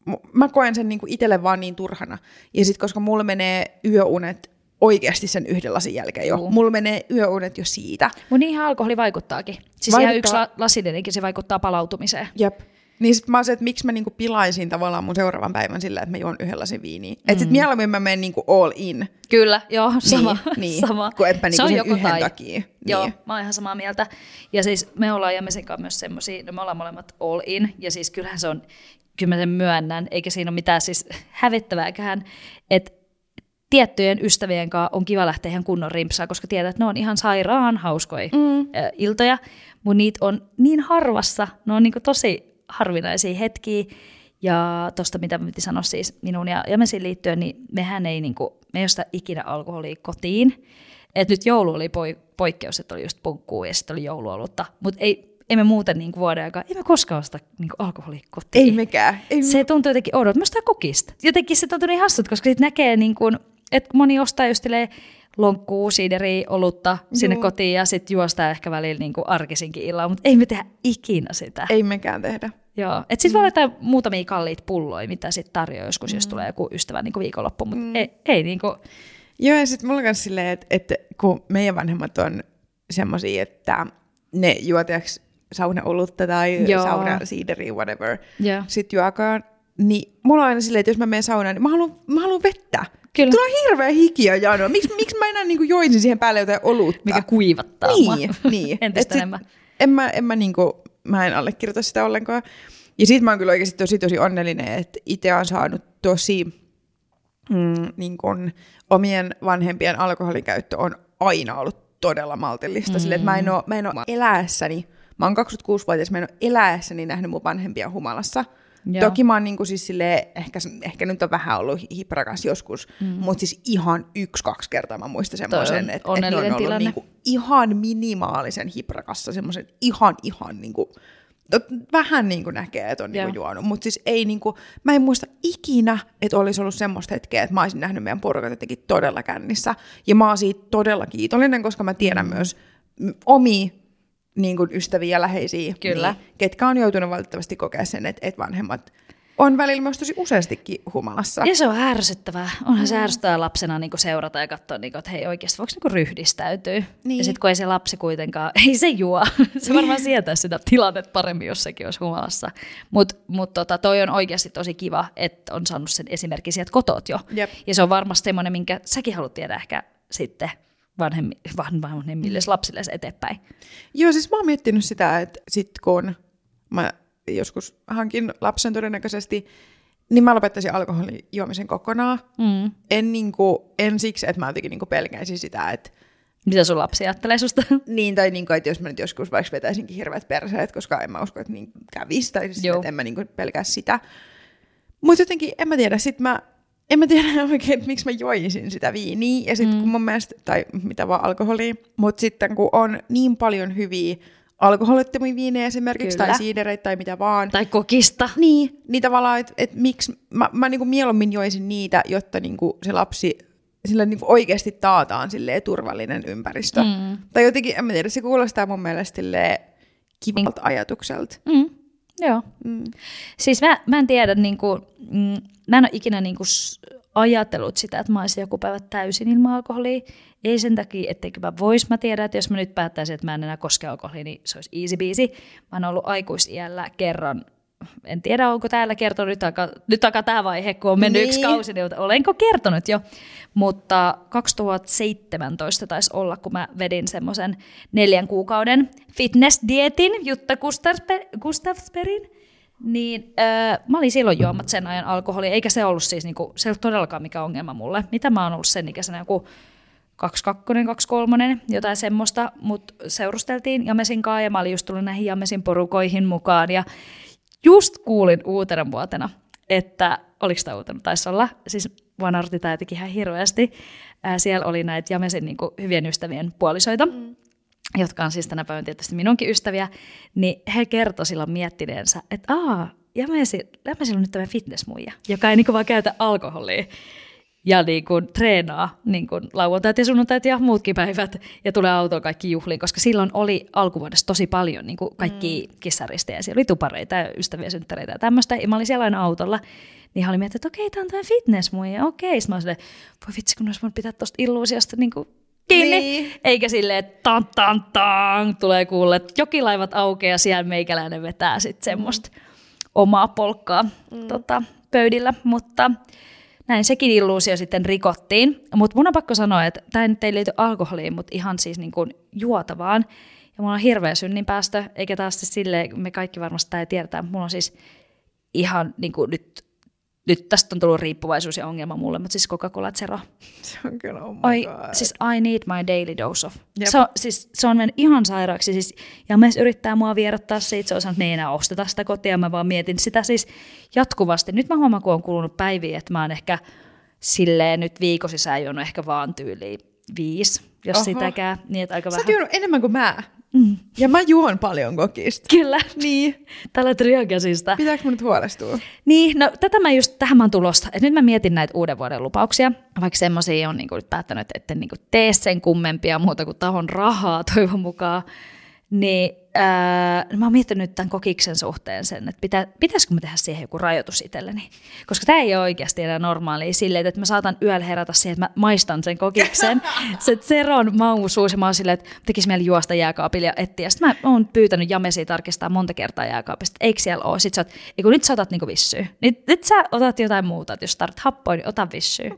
mä koen sen niin itselle vaan niin turhana. Ja sit koska mulle menee yöunet oikeasti sen yhden lasin jälkeen jo. Juu. Mulla menee yöunet jo siitä. Mun niinhän alkoholi vaikuttaakin. Siis Vaikuttaa. ihan yksi la- lasinenkin se vaikuttaa palautumiseen. Jep. Niin sit mä oon se, että miksi mä niinku pilaisin tavallaan mun seuraavan päivän sillä, että mä juon yhden lasin viiniä. Mm. Että sit mieluummin mä menen niinku all in. Kyllä, joo, sama. Niin, niin. sama. Kun et mä niinku sen yhden tai. takia. Joo, niin. mä oon ihan samaa mieltä. Ja siis me ollaan Jamesin kanssa myös semmosia, no me ollaan molemmat all in. Ja siis kyllähän se on, kyllä mä sen myönnän, eikä siinä ole mitään siis hävettävääkään, että tiettyjen ystävien kanssa on kiva lähteä ihan kunnon rimpsaan, koska tiedät, että ne on ihan sairaan hauskoja mm. iltoja, mutta niitä on niin harvassa, ne on niinku tosi harvinaisia hetkiä, ja tuosta mitä mä piti sanoa siis minun ja Jamesin liittyen, niin mehän ei, niinku, me ei ole sitä ikinä alkoholia kotiin, että nyt joulu oli poikkeus, että oli just punkkuu ja sitten oli jouluolutta, mutta ei, ei me muuten niinku vuoden aikaa, ei me koskaan sitä niinku alkoholia kotiin. Ei mekään. Ei se tuntuu jotenkin oudolta, myös tämä kokista. Jotenkin se tuntuu niin hassut, koska sitten näkee niinku että moni ostaa just lonkkuu, siideriä, olutta sinne Juu. kotiin ja sitten juostaa ehkä välillä niin kuin arkisinkin illalla, mutta ei me tehdä ikinä sitä. Ei mekään tehdä. Joo, että sitten mm. voi laittaa muutamia kalliita pulloja, mitä sitten tarjoaa joskus, mm. jos tulee joku ystävä niin kuin viikonloppu, mutta mm. ei, ei niin kuin... Joo, ja sitten mulla on myös silleen, että, että kun meidän vanhemmat on semmosia, että ne juo tiiäks saunaolutta tai Joo. saunasiideriä, whatever, Joo. sit juokaan, niin mulla on aina silleen, että jos mä menen saunaan, niin mä haluan, mä haluan vettä. Kyllä. Tuo on hirveä hiki ja janoa. Miks, miksi mä enää niinku joisin siihen päälle jotain olutta? Mikä kuivattaa niin, mua. Niin, Entistä enemmän. En mä, en mä, niinku, mä en allekirjoita sitä ollenkaan. Ja sit mä oon kyllä oikeasti tosi tosi onnellinen, että itse on saanut tosi mm, niin kun, omien vanhempien alkoholikäyttö on aina ollut todella maltillista. Mm. Sille, että mä en oo, mä en oo eläessäni, mä oon kaksikymmentäkuusivuotias, mä en oo eläessäni nähnyt mun vanhempia humalassa. Joo. Toki mä oon niinku siis silleen, ehkä, ehkä nyt on vähän ollut hiprakas joskus, mm. mutta siis ihan yksi, kaksi kertaa mä muistan semmoisen, että et ne on ollut niinku ihan minimaalisen hiprakassa, semmoisen ihan, ihan niinku, vähän niinku näkee, että on niinku juonut, mutta siis ei niinku, mä en muista ikinä, että olisi ollut semmoista hetkeä, että mä olisin nähnyt meidän porukat jotenkin todella kännissä, ja mä oon siitä todella kiitollinen, koska mä tiedän mm. myös omia niin kuin ystäviä ja läheisiä, Kyllä. Niin, ketkä on joutunut valitettavasti kokea sen, että, että vanhemmat on välillä myös tosi useastikin humalassa. Ja se on ärsyttävää. Onhan mm. se ärsyttävää lapsena niin kuin seurata ja katsoa, niin kuin, että hei oikeasti voiko niin kuin ryhdistäytyä. Niin. Ja sitten kun ei se lapsi kuitenkaan, ei se juo. Se varmaan sietää sitä tilannetta paremmin, jos sekin olisi humalassa. Mutta mut tota, toi on oikeasti tosi kiva, että on saanut sen esimerkiksi sieltä kotot jo. Jep. Ja se on varmasti semmoinen, minkä säkin haluat tiedä ehkä sitten vanhemmi, vanhemmille lapsille eteenpäin. Joo, siis mä oon miettinyt sitä, että sit kun mä joskus hankin lapsen todennäköisesti, niin mä lopettaisin alkoholin juomisen kokonaan. Mm. En, niinku, en siksi, että mä jotenkin niinku pelkäisin sitä, että... Mitä sun lapsi ajattelee susta? Niin, tai niinku, että jos mä nyt joskus vaikka vetäisinkin hirveät perseet, koska en mä usko, että niin kävisi, tai siis, että en mä niinku pelkää sitä. Mutta jotenkin, en mä tiedä, sit mä... En mä tiedä oikein, että miksi mä joisin sitä viiniä, ja sitten mm. kun mun mielestä, tai mitä vaan alkoholia, mutta sitten kun on niin paljon hyviä alkoholittomia viinejä esimerkiksi, Kyllä. tai siidereitä tai mitä vaan. Tai kokista. Niin, niin tavallaan, että et miksi, mä, mä niinku mieluummin joisin niitä, jotta niinku se lapsi sillä niinku oikeasti taataan turvallinen ympäristö. Mm. Tai jotenkin, en mä tiedä, se kuulostaa mun mielestä kivalta ajatukselta. Mm. Joo. Mm. Siis mä, mä en tiedä, niin kuin, mm, mä en ole ikinä niin kuin ajatellut sitä, että mä olisin joku päivä täysin ilman alkoholia. Ei sen takia, etteikö mä vois. Mä tiedän, että jos mä nyt päättäisin, että mä en enää koske alkoholia, niin se olisi easy peasy. Mä oon ollut aikuisiällä kerran, en tiedä onko täällä kertonut, nyt alkaa, nyt alkaa tämä vaihe, kun on mennyt niin. yksi kausi, niin olenko kertonut jo. Mutta kaksituhattaseitsemäntoista taisi olla, kun mä vedin semmoisen neljän kuukauden fitness-dietin Jutta Gustafsbergin, niin öö, mä olin silloin juomat sen ajan alkoholia, eikä se ollut siis niinku, se ei ollut todellakaan mikään ongelma mulle. Mitä mä oon ollut sen ikäisenä, joku kaksikymmentäkaksi kaksikymmentäkolme, jotain semmoista, mutta seurusteltiin Jamesin kanssa ja mä olin just tullut näihin Jamesin porukoihin mukaan ja just kuulin uutena vuotena, että oliko tämä uutena, taisi olla, siis vanarti tämä teki ihan hirveästi, ää, siellä oli näitä Jamesin niin kuin, hyvien ystävien puolisoita, mm. jotka on siis tänä päivänä tietysti minunkin ystäviä, niin he kertoi silloin miettineensä, että aah, Jamesilla on nyt tämä fitnessmuija, joka ei niin kuin, vaan käytä alkoholia ja niin kuin, treenaa niin kuin, lauantait ja sunnuntait ja muutkin päivät ja tulee autoon kaikki juhliin, koska silloin oli alkuvuodesta tosi paljon niin kuin kaikki mm. kissaristejä. Siellä oli tupareita ja ystäviä synttäreitä ja tämmöistä. Ja mä olin siellä aina autolla. Niin hän oli miettinyt, että okei, tämä on tämä fitnessmuija. Okei. Sitten mä olin silleen, voi vitsi, kun olisi voinut pitää tuosta illuusiosta niin kuin kiinni. Niin. Eikä silleen, että tan, tan, tan, tulee kuulle, että jokilaivat aukeaa ja siellä meikäläinen vetää sitten semmoista mm. omaa polkkaa mm. tota, pöydillä. Mutta... näin sekin illuusio sitten rikottiin, mutta mun on pakko sanoa, että tämä nyt ei liity alkoholiin, mutta ihan siis niin kuin juotavaan. Ja mulla on hirveä synninpäästö, eikä taas siis silleen, me kaikki varmasti tämä tiedetään, mulla on siis ihan niin kuin nyt, nyt tästä on tullut riippuvaisuus ja ongelma mulle, mutta siis Coca-Cola Zero. Se on kyllä, oh my Oi, God. Siis I need my daily dose of. Se on, siis, se on mennyt ihan sairaaksi. Siis, ja myös yrittää mua vierottaa siitä, se on sanonut, että me ei enää osteta sitä kotia, mä vaan mietin sitä siis jatkuvasti. Nyt mä huomaan, kun on kulunut päiviä, että mä oon ehkä silleen nyt viikon sisään juonut ehkä vaan tyyliin viisi, jos Oho. sitäkään. Niin, että aika Sä vähän. oot juonut enemmän kuin mä. Mm. Ja mä juon paljon kokista. Kyllä. Niin. Tällä triokäsistä. Pitääkö mun nyt huolestua? Niin, no tätä mä just, tähän mä oon tulosta. Et nyt mä mietin näitä uuden vuoden lupauksia, vaikka semmosia on niinku nyt päättänyt, että en niinku tee sen kummempia muuta kuin tahon rahaa toivon mukaan. Niin ää, mä oon miettinyt tämän kokiksen suhteen sen, että pitä, pitäisikö mä tehdä siihen joku rajoitus itselleni. Koska tämä ei ole oikeasti enää normaalia silleen, että mä saatan yöllä herätä siihen, että mä maistan sen kokiksen. Se Zeron maun suus ja mä oon silleen, että tekisi mieli juosta jääkaapille ja etsiä. Sitten mä oon pyytänyt Jamesiä tarkistaa monta kertaa jääkaapista, eikö siellä ole. Sitten sä oot, eiku, nyt sä otat niinku vissyä. Nyt, nyt sä otat jotain muuta, että jos tarvit happoa, niin ota vissyä.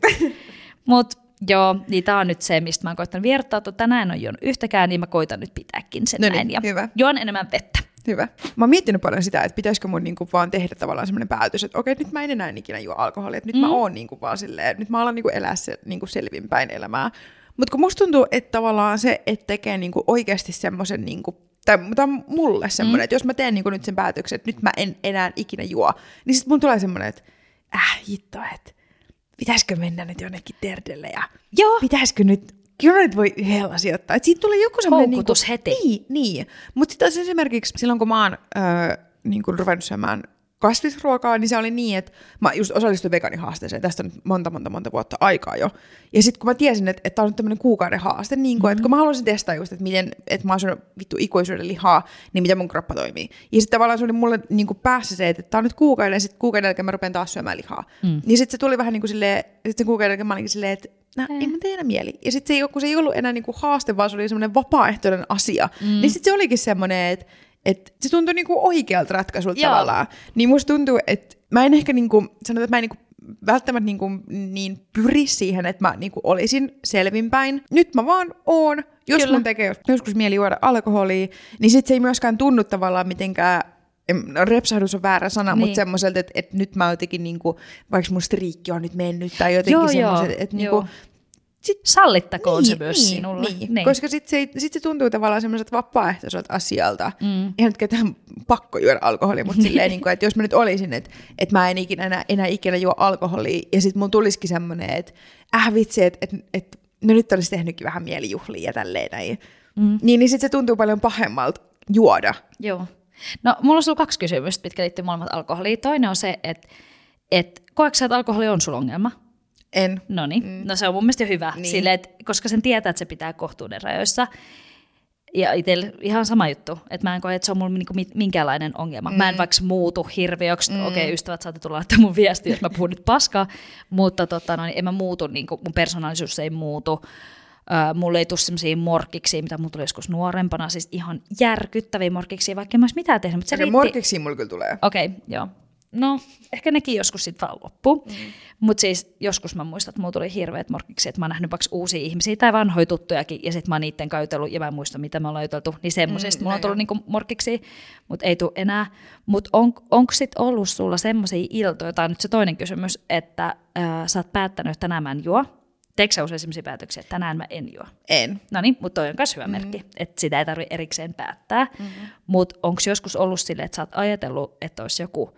Mut joo, niin tää on nyt se, mistä mä oon koittanut viertautua. Tänään en ole juonut yhtäkään, niin mä koitan nyt pitääkin sen no niin, näin. Ja hyvä. juon enemmän vettä. Hyvä. Mä oon miettinyt paljon sitä, että pitäisikö mun niinku vaan tehdä tavallaan semmoinen päätös, että okei, nyt mä en enää ikinä juo alkoholia, että nyt mm. mä oon niinku vaan silleen, nyt mä alan niinku elää se, niinku selvinpäin elämää. Mutta kun musta tuntuu, että tavallaan se, että tekee niinku oikeasti semmoisen, niinku, tai tämä on mulle semmoinen, mm. että jos mä teen niinku nyt sen päätöksen, että nyt mä en enää ikinä juo, niin sit mun tulee semmoinen, että äh, hitto, että pitäisikö mennä nyt jonnekin terdelle ja Joo. pitäisikö nyt, kyllä nyt voi yhdellä sijoittaa. Että siitä tulee joku semmoinen houkutus niinku, heti. Niin, niin. Mutta sitten esimerkiksi silloin, kun mä oon öö, niin kun ruvennut syömään kasvisruokaa, niin se oli niin, että mä just osallistuin vegaanihaasteeseen. Tästä on monta, monta, monta vuotta aikaa jo. Ja sitten kun mä tiesin, että, että tämä on nyt tämmöinen kuukauden haaste, niin kun, mm-hmm. että kun mä haluaisin testaa just, että miten, että mä oon syönyt vittu ikuisuuden lihaa, niin miten mun kroppa toimii. Ja sitten tavallaan se oli mulle niin kuin päässä se, että tämä on nyt kuukauden, ja sitten kuukauden jälkeen mä rupean taas syömään lihaa. Mm. Niin sitten se tuli vähän niin kuin silleen, sitten sen kuukauden jälkeen mä olinkin silleen, että no, ei mä tee enää mieli. Ja sitten se, kun se ei ollut enää niin kuin haaste, vaan se oli semmoinen vapaaehtoinen asia, mm. niin sitten se olikin semmoinen, että että se tuntui niinku oikealta ratkaisulta Joo. tavallaan. Niin musta tuntuu, että mä en ehkä niinku, sanotaan, että mä en niinku välttämättä niinku niin pyri siihen, että mä niinku olisin selvinpäin. Nyt mä vaan oon. Jos Kyllä. mun tekee joskus mieli juoda alkoholia, niin sit se ei myöskään tunnu tavallaan mitenkään, no, repsahdus on väärä sana, niin. mutta semmoiselta, että, että nyt mä jotenkin niinku, vaikka mun striikki on nyt mennyt tai jotenkin semmoiset, että niinku, Sit, sallittakoon niin, se myös niin, sinulle. Niin. Niin. Koska sitten se, sit se tuntuu tavallaan semmoiselta vapaaehtoiselta asialta. Mm. Eihän nyt ketään pakko juoda alkoholia, mutta silleen, niin kuin, että jos mä nyt olisin, että, että mä en ikinä, enää, enää ikinä juo alkoholia, ja sitten mun tulisikin semmoinen, että äh vitsi, että, että, että no nyt olisi tehnytkin vähän mielijuhlia ja tälleen näin. Mm. Niin, niin sitten se tuntuu paljon pahemmalta juoda. Joo. No mulla on sulla kaksi kysymystä, mitkä liittyy molemmat alkoholiin. Toinen on se, että, että koetko sä, että alkoholi on sulla ongelma? En. Noniin. Mm. No se on mun mielestä jo hyvä, niin. Sille, että, koska sen tietää, että se pitää kohtuuden rajoissa. Ja itsellä ihan sama juttu, että mä en koe, että se on mulla niinku minkäänlainen ongelma. Mm. Mä en vaikka muutu hirviöksi, mm. okei okay, ystävät saatte tulla laittaa mun viestiä, jos mä puhun nyt paskaa, mutta tota, no, niin en mä muutu, niinku, mun persoonallisuus ei muutu. Uh, mulla ei tule sellaisia morkkiksi, mitä mulla tuli joskus nuorempana, siis ihan järkyttäviä morkkiksi, vaikka en mä olisi mitään tehnyt. Mutta okay, riitti... morkkiksi mulla kyllä tulee. Okei, okay, joo. No, ehkä nekin joskus sitten vaan loppuu. Mm. Mutta siis joskus mä muistan, että mulla tuli hirveät morkkiksi, että mä oon nähnyt vaikka uusia ihmisiä tai vanhoja tuttujakin, ja sitten mä oon niitten käytellut, ja mä en muista, mitä me ollaan juteltu, niin semmoisesta mm, mulla on tullut niinku morkkiksi, mutta ei tule enää. Mutta on, onko sitten ollut sulla semmoisia iltoja, tai nyt se toinen kysymys, että äh, sä oot päättänyt, että tänään mä en juo. Teekö sä usein sellaisia päätöksiä, että tänään mä en juo? En. No niin, mutta toi on myös hyvä mm-hmm. merkki, että sitä ei tarvitse erikseen päättää. Mm-hmm. Mutta onko joskus ollut silleen, että sä oot ajatellut, että olisi joku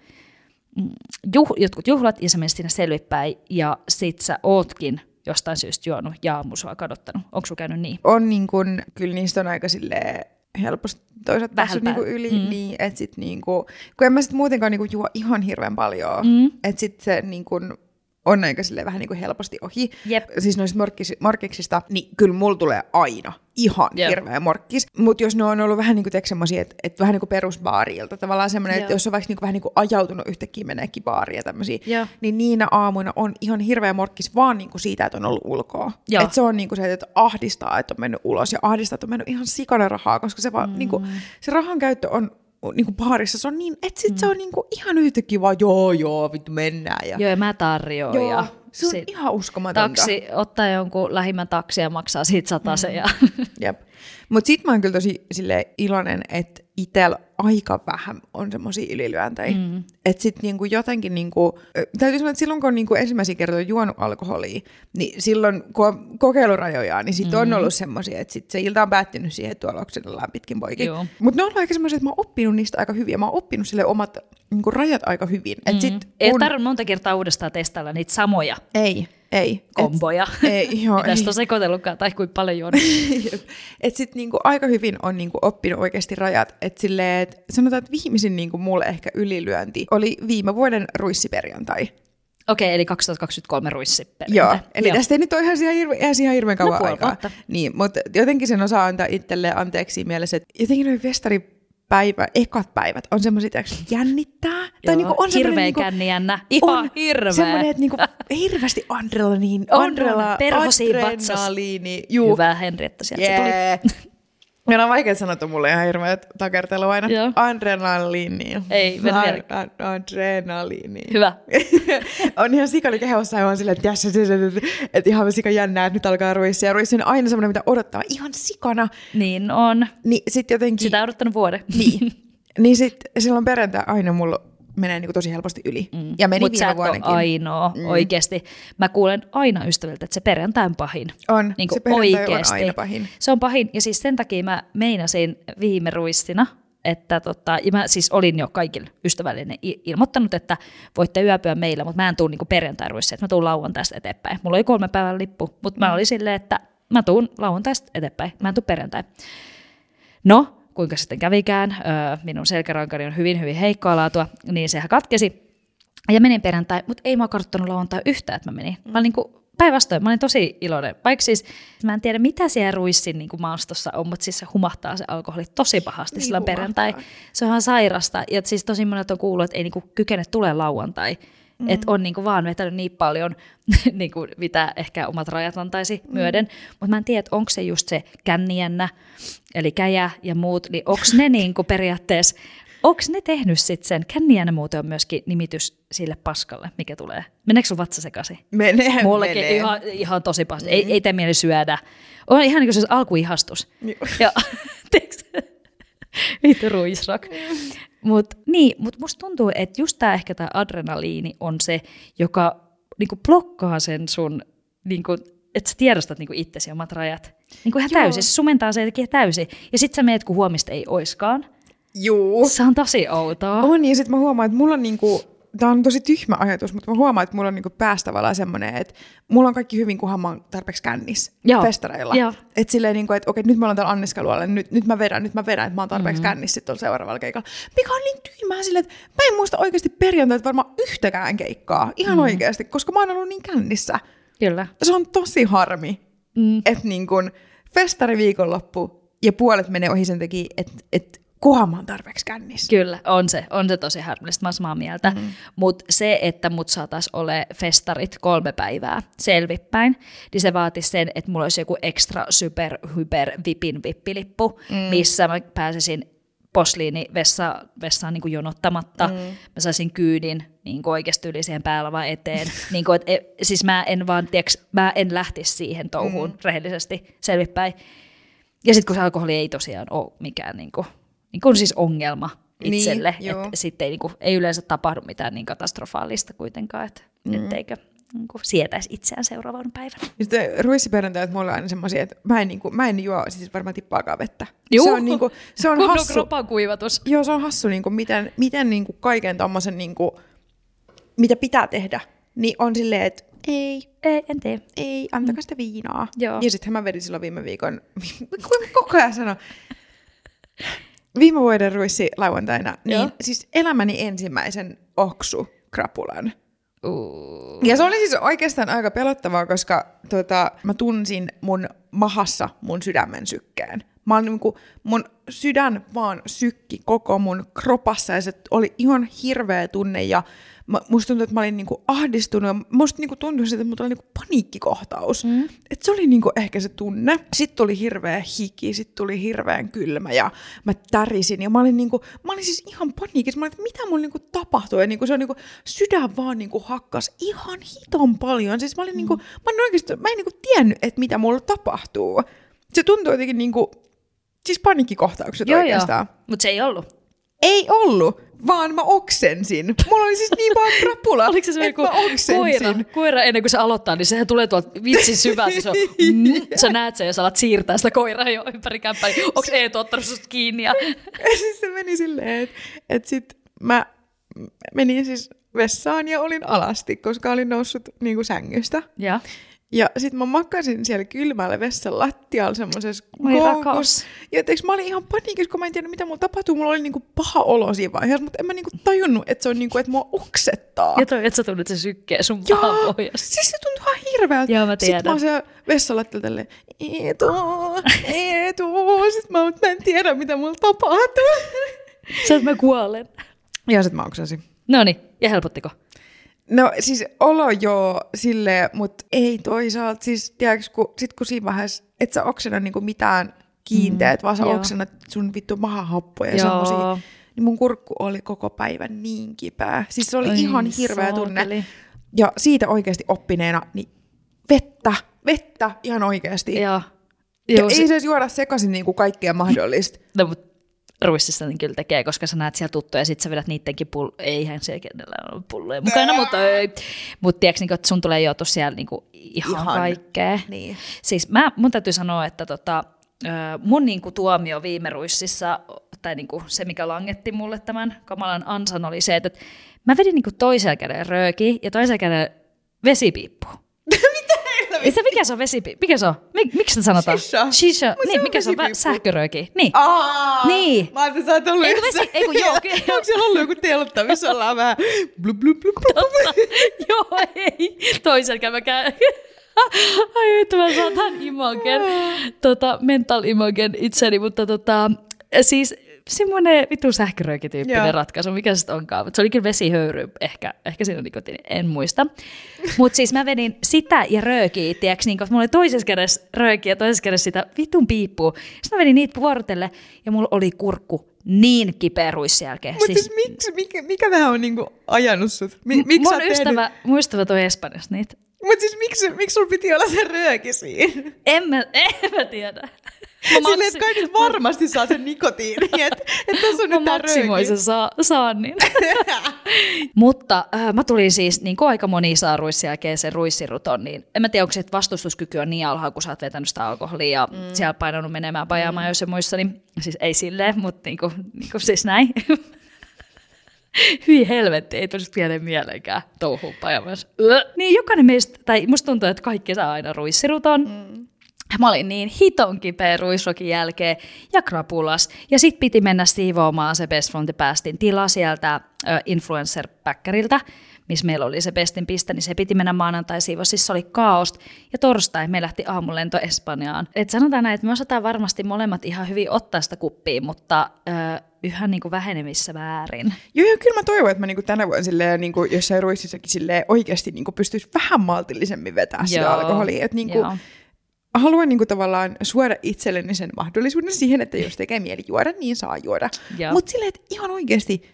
Juh, jotkut juhlat ja sä menet sinne selvipäin ja sit sä ootkin jostain syystä juonut ja aamu sua kadottanut. Onko sulla käynyt niin? On niin kun, kyllä niistä on aika silleen helposti toisaalta päässyt niinku yli, mm. niin että sit niinku, kun en mä sit muutenkaan niinku juo ihan hirveän paljon, mm. että sit se niinku on aika silleen vähän niinku helposti ohi. Jep. Siis noista morkkis, morkkiksista, niin kyllä mulla tulee aina ihan Jep. hirveä morkkis. Mutta jos ne on ollut vähän niinku semmosia, että et vähän niinku perusbaarilta, tavallaan semmoinen, että jos on vaikka niinku vähän niinku ajautunut yhtäkkiä meneekin baariin ja tämmöisiä, Joo. niin niinä aamuina on ihan hirveä morkkis vaan niinku siitä, että on ollut ulkoa. Että se on niinku se, että ahdistaa, että on mennyt ulos ja ahdistaa, että on mennyt ihan sikana rahaa, koska se, vaan, mm. niinku, se rahan käyttö on niinku baarissa, se on niin, että sit mm. se on niinku ihan yhtäkkiä vaan joo joo, vittu mennään. Ja... Joo, ja mä tarjoan. Joo, ja se on sit ihan uskomatonta. Taksi, ottaa jonkun lähimmän taksi ja maksaa siitä satasen. Mm. Ja... Jep. Mutta sit mä oon kyllä tosi silleen iloinen, että itsellä aika vähän on semmosia ylilyöntejä. Mm. Että sit niinku jotenkin, niinku, täytyy sanoa, että silloin kun on niinku ensimmäisiä kertoja juonut alkoholia, niin silloin kun on kokeilurajoja, niin sit mm. on ollut semmosia, että sit se ilta on päättynyt siihen, että tuolla oksenellaan pitkin poikin. Mutta ne on aika semmoisia, että mä oon oppinut niistä aika hyvin ja mä oon oppinut sille omat niinku, rajat aika hyvin. Et mm. sit, Ei kun... tarvitse monta kertaa uudestaan testailla niitä samoja. Ei. ei. komboja. Et, ei, joo, Tästä ei. on sekoitellutkaan, tai kuinka paljon juonut. Että sitten niinku aika hyvin on niinku oppinut oikeasti rajat. Että silleen, et sanotaan, että viimeisin niinku mulle ehkä ylilyönti oli viime vuoden ruissiperjantai. Okei, eli kaksituhattakaksikymmentäkolme ruissiperintä. Joo, eli Joo. tästä ei nyt ole ihan ihan, hirve, ihan, ihan hirveän kauan no, aikaa. Niin, mutta jotenkin sen osaa antaa itselleen anteeksi mielessä, että jotenkin noin festaripäivä, ekat päivät on semmoisia, että jännittää. Tai niinku on hirveä niinku, kännijännä. Ihan on hirveä. Semmoinen, että niinku hirveästi adrenaliini. Adrenaliini. Perhosiin vatsas. Juu. Hyvä Henrietta, sieltä yeah. se tuli. Ja on vaikea sanoa, että mulle ihan hirveät takertelu aina. Joo. Adrenaliini. Ei, mennä vielä. Adrenaliini. Hyvä. On ihan sikali kehossa ja on silleen, että, yes, että ihan sika jännää, että nyt alkaa ruissia. Ja ruissi on aina semmoinen, mitä odottaa ihan sikana. Niin on. Niin sit jotenkin... Sitä on odottanut vuoden. Niin. Niin sit silloin perjantai aina mulla menee niinku tosi helposti yli. Mm. Ja meni Mut viime vuonnakin. Mutta sä et ole ainoa mm. oikeasti. Mä kuulen aina ystäviltä, että se perjantai on pahin. On, niin se perjantai oikeasti. on aina pahin. Se on pahin, ja siis sen takia mä meinasin viime ruissina, että tota, ja mä siis olin jo kaikille ystävällinen ilmoittanut, että voitte yöpyä meillä, mutta mä en tuu niinku perjantai-ruissia, että mä tuun lauantaista eteenpäin. Mulla oli kolme päivän lippu, mutta mä olin silleen, että mä tuun lauantaista eteenpäin, mä en tuu perjantai. No, kuinka sitten kävikään, minun selkärankani on hyvin, hyvin heikkoa laatua, niin sehän katkesi. Ja menin perjantai, mutta ei mä karttanut lauantai yhtään, että mä menin. Mä olin niin päinvastoin, mä olin tosi iloinen. Vaikka siis, mä en tiedä mitä siellä ruissin niin maastossa on, mutta siis se humahtaa se alkoholi tosi pahasti niin silloin perjantai. Se on ihan sairasta. Ja siis tosi monet on kuullut, että ei niin kykene tulee lauantai. Mm. Että on niin vaan vetänyt niin paljon, niin kuin mitä ehkä omat rajat antaisi mm. myöden. Mutta mä en tiedä, onko se just se kännijännä, eli käjä ja muut, niin onko ne niin periaatteessa, onko ne tehnyt sitten sen? Kännijännä muuten on myöskin nimitys sille paskalle, mikä tulee. Meneekö sun vatsa sekaisin? Menee, Mullekin menee. Ihan, ihan tosi pahasti. Mm. Ei, ei tee mieli syödä. On ihan niin kuin se alkuihastus. Ja vittu ruisrak. Mutta niin, mut musta tuntuu, että just tää ehkä tämä adrenaliini on se, joka niinku blokkaa sen sun, niinku, että sä tiedostat niinku itsesi ja omat rajat. Niinku ihan Joo. täysin, se sumentaa se jotenkin täysin. Ja sit sä meet, kun huomista ei oiskaan. Juu. Se on tosi outoa. On, ja sit mä huomaan, että mulla on niinku, tää on tosi tyhmä ajatus, mutta mä huomaan, että mulla on niinku päässä tavallaan semmoinen, että mulla on kaikki hyvin, kunhan mä oon tarpeeksi kännissä Joo. festareilla. Että silleen, niinku, että okei, nyt mä oon täällä anniskelualla, nyt, nyt mä vedän, nyt mä vedän, että mä oon tarpeeksi mm-hmm. kännissä sitten tuolla seuraavalla keikalla. Mikä on niin tyhmää silleen, että mä en muista oikeasti perjantaita varmaan yhtäkään keikkaa, ihan mm-hmm. oikeasti, koska mä oon ollut niin kännissä. Kyllä. Se on tosi harmi, mm. että niinku festariviikonloppu ja puolet menee ohi sen takia, että et, kunhan mä oon tarpeeksi kännissä. Kyllä, on se, on se tosi harmillista, mä oon samaa mieltä. Mm-hmm. Mutta se, että mut saatais ole festarit kolme päivää selvipäin, niin se vaatisi sen, että mulla olisi joku extra super hyper vipin vippilippu, mm. missä mä pääsisin posliini vessa, vessaan niin kuin jonottamatta. Mm. Mä saisin kyydin niin kuin oikeasti yli siihen päällä eteen. niin kuin, et, siis mä en vaan, tiiäks, mä en lähtisi siihen touhuun mm. rehellisesti selvipäin. Ja sitten kun se alkoholi ei tosiaan ole mikään niin kuin, niin kuin siis ongelma itselle, niin, että sitten ei, niin kuin, ei yleensä tapahdu mitään niin katastrofaalista kuitenkaan, että mm. etteikö niin kuin sietäisi itseään seuraavan päivänä. Sitten ruissiperjantajat mulla on aina semmoisia, että mä en, niin kuin, mä en juo siis varmaan tippaakaan vettä. Juu, se on, niin kuin, se on hassu. Kropan kuivatus. Joo, se on hassu, niin kuin, miten, miten niin kuin kaiken tommosen, niin kuin, mitä pitää tehdä, niin on silleen, että ei, ei, en tee. Ei, antakaa sitä viinaa. Joo. Ja sittenhän mä vedin silloin viime viikon, koko ajan sano, viime vuoden ruissi lauantaina, niin Joo. siis elämäni ensimmäisen oksukrapulan. Uh. Ja se oli siis oikeastaan aika pelottavaa, koska tota, mä tunsin mun mahassa mun sydämen sykkeen. Mä olin niinku, mun sydän vaan sykki koko mun kropassa ja se oli ihan hirveä tunne ja mä, musta tuntui, että mä olin niinku ahdistunut ja musta niinku tuntui, että mulla oli niinku paniikkikohtaus. Mm. Et se oli niinku ehkä se tunne. Sitten tuli hirveä hiki, sitten tuli hirveän kylmä ja mä tärisin ja mä olin, niinku, mä olin siis ihan paniikissa. Mä olin, että mitä mulla niinku tapahtui ja niinku se on niinku, sydän vaan niinku hakkas ihan hiton paljon. Siis mä olin mm. niinku, mä en oikeasti, mä en niinku tiennyt, että mitä mulla tapahtuu. Se tuntui jotenkin niinku, siis paniikkikohtaukset joo, oikeastaan. Mutta se ei ollut. Ei ollut, vaan mä oksensin. Mulla oli siis niin vaan krapula, oliko se että mä oksensin. Koira, koira ennen kuin se aloittaa, niin sehän tulee tuolta vitsin syvältä. Se on, mm, sä näet sen, jos alat siirtää sitä koiraa jo ympäri kämppää. Niin onko Eetu ottanut susta kiinni? Ja... siis se meni silleen, että et sit mä menin siis vessaan ja olin alasti, koska olin noussut niin kuin sängystä. Ja, ja sit mä makasin siellä kylmällä vessan lattialla semmosessa koukussa. Ja teiks, mä olin ihan paniikissa, kun mä en tiedä mitä mulla tapahtuu. Mulla oli niinku paha olo siinä vaiheessa, mutta en mä niinku tajunnut, että se on niinku, että mua oksettaa. Ja toi, että sä tunnut, se sykkee sun pahan pohjassa. Siis se tuntuu ihan hirveältä. Joo, mä tiedän. Sitten mä oon siellä vessalattialla tälleen, Eetu, Eetu. Sitten mä, mä en tiedä, mitä mulla tapahtuu. Sä et mä kuolen. Ja sit mä oksasin. Noniin, ja helpottiko? No siis olo joo silleen, mutta ei toisaalta. Siis tiedätkö, kun, sit kun siinä vaiheessa et sä oksena niinku mitään kiinteät, mm, vaan sä joo. oksenat sun vittu mahahappoja ja semmosia. Niin mun kurkku oli koko päivän niin kipeä. Siis se oli Oi, ihan hirveä saakeli. tunne. Ja siitä oikeasti oppineena, niin vettä, vettä ihan oikeasti. Ja, ja joo, ei se edes juoda sekaisin niinku kaikkea mahdollista. No, mutta ruississa niin kyllä tekee, koska sä näet siellä tuttuja ja sit sä vedät niittenkin pulloja. Eihän siellä kenellä ole pulloja mukana, mutta ei. Mutta tiedätkö, niin, että sun tulee joutua siellä niin kuin ihan, ihan kaikkea. Niin. Siis mä, mun täytyy sanoa, että tota, mun niin kuin tuomio viime ruississa, tai niin kuin se mikä langetti mulle tämän kamalan ansan, oli se, että mä vedin niin kuin toisella kädellä röökiä ja toisella kädellä vesipiippuun. Mitä, mikä se on vesipiippu? Mikä se on? Mik, miksi se sanotaan? Shisha. Shisha. Niin, se mikä se on? Sähkörööki. Niin. Aa, niin. Mä ajattelin, että sä oot ollut eiku vesi, eiku joo. Onko siellä ollut joku teltta, missä ollaan vähän blup blup blup blup? Joo, ei. Toisella mä käyn. Ai vittu, mä saan tämän imagen, tota, mental imagen itseni, mutta tota, siis semmoinen vittu sähköröökityyppinen Joo. ratkaisu, mikä se onkaan. Mutta se oli kyllä vesihöyry, ehkä, ehkä siinä on nikotiini, en muista. Mutta siis mä vedin sitä ja röökiä, tiiäks, niin, mulla oli toisessa kädessä röökiä ja toisessa kädessä sitä vitun piippua. Sitten mä vedin niitä vuorotelle ja mulla oli kurkku niin kipeä ruissin jälkeen. Mutta siis, siis miksi, mikä, mikä vähän on niinku ajanut sut? M- miksi mun, ystävä, mun ystävä toi Espanjassa niitä. Mutta siis miksi, miksi sulla piti olla se rööki siinä? En mä, en mä tiedä. Silleen, että kai nyt varmasti saa sen nikotiini, että et tässä on mä nyt tää rööki. Mä maksimoin sen saa, saannin. Mutta äh, mä tulin siis, niin kuin aika moni saa ruissin jälkeen sen ruissiruton, niin en mä tiedä, onko se, että vastustuskyky on niin alhaalla, kun sä oot vetänyt sitä alkoholia ja mm. siellä painanut menemään pajaamaan mm. jos ja muissa, niin siis ei silleen, mutta niin kuin, niin kuin siis näin. Hyi helvetti, ei tulisi pienen mieleenkään touhuun pajamassa. Niin jokainen meistä, tai musta tuntuu, että kaikki saa aina ruissiruton. Mm. Mä olin niin hiton kipeä ruisrokin jälkeen ja krapulas. Ja sit piti mennä siivoamaan se Best from the Pastin tila sieltä äh, influencer-päkkäriltä, missä meillä oli se Bestin piste, niin se piti mennä maanantai siivoa. Siis se oli kaaosta. Ja torstai me lähti aamulento Espanjaan. Et sanotaan näin, että me osataan varmasti molemmat ihan hyvin ottaa sitä kuppia, mutta äh, yhä niin kuin vähenemissä väärin. Joo, joo, kyllä mä toivon, että mä niin kuin tänä vuonna silleen, niin kuin jossain ruississakin silleen, oikeasti niin kuin pystyisi vähän maltillisemmin vetämään sitä alkoholia. Että niin kuin, haluan niin kuin tavallaan suoda itselleni sen mahdollisuuden siihen, että jos tekee mieli juoda, niin saa juoda. Mutta silleen, että ihan oikeasti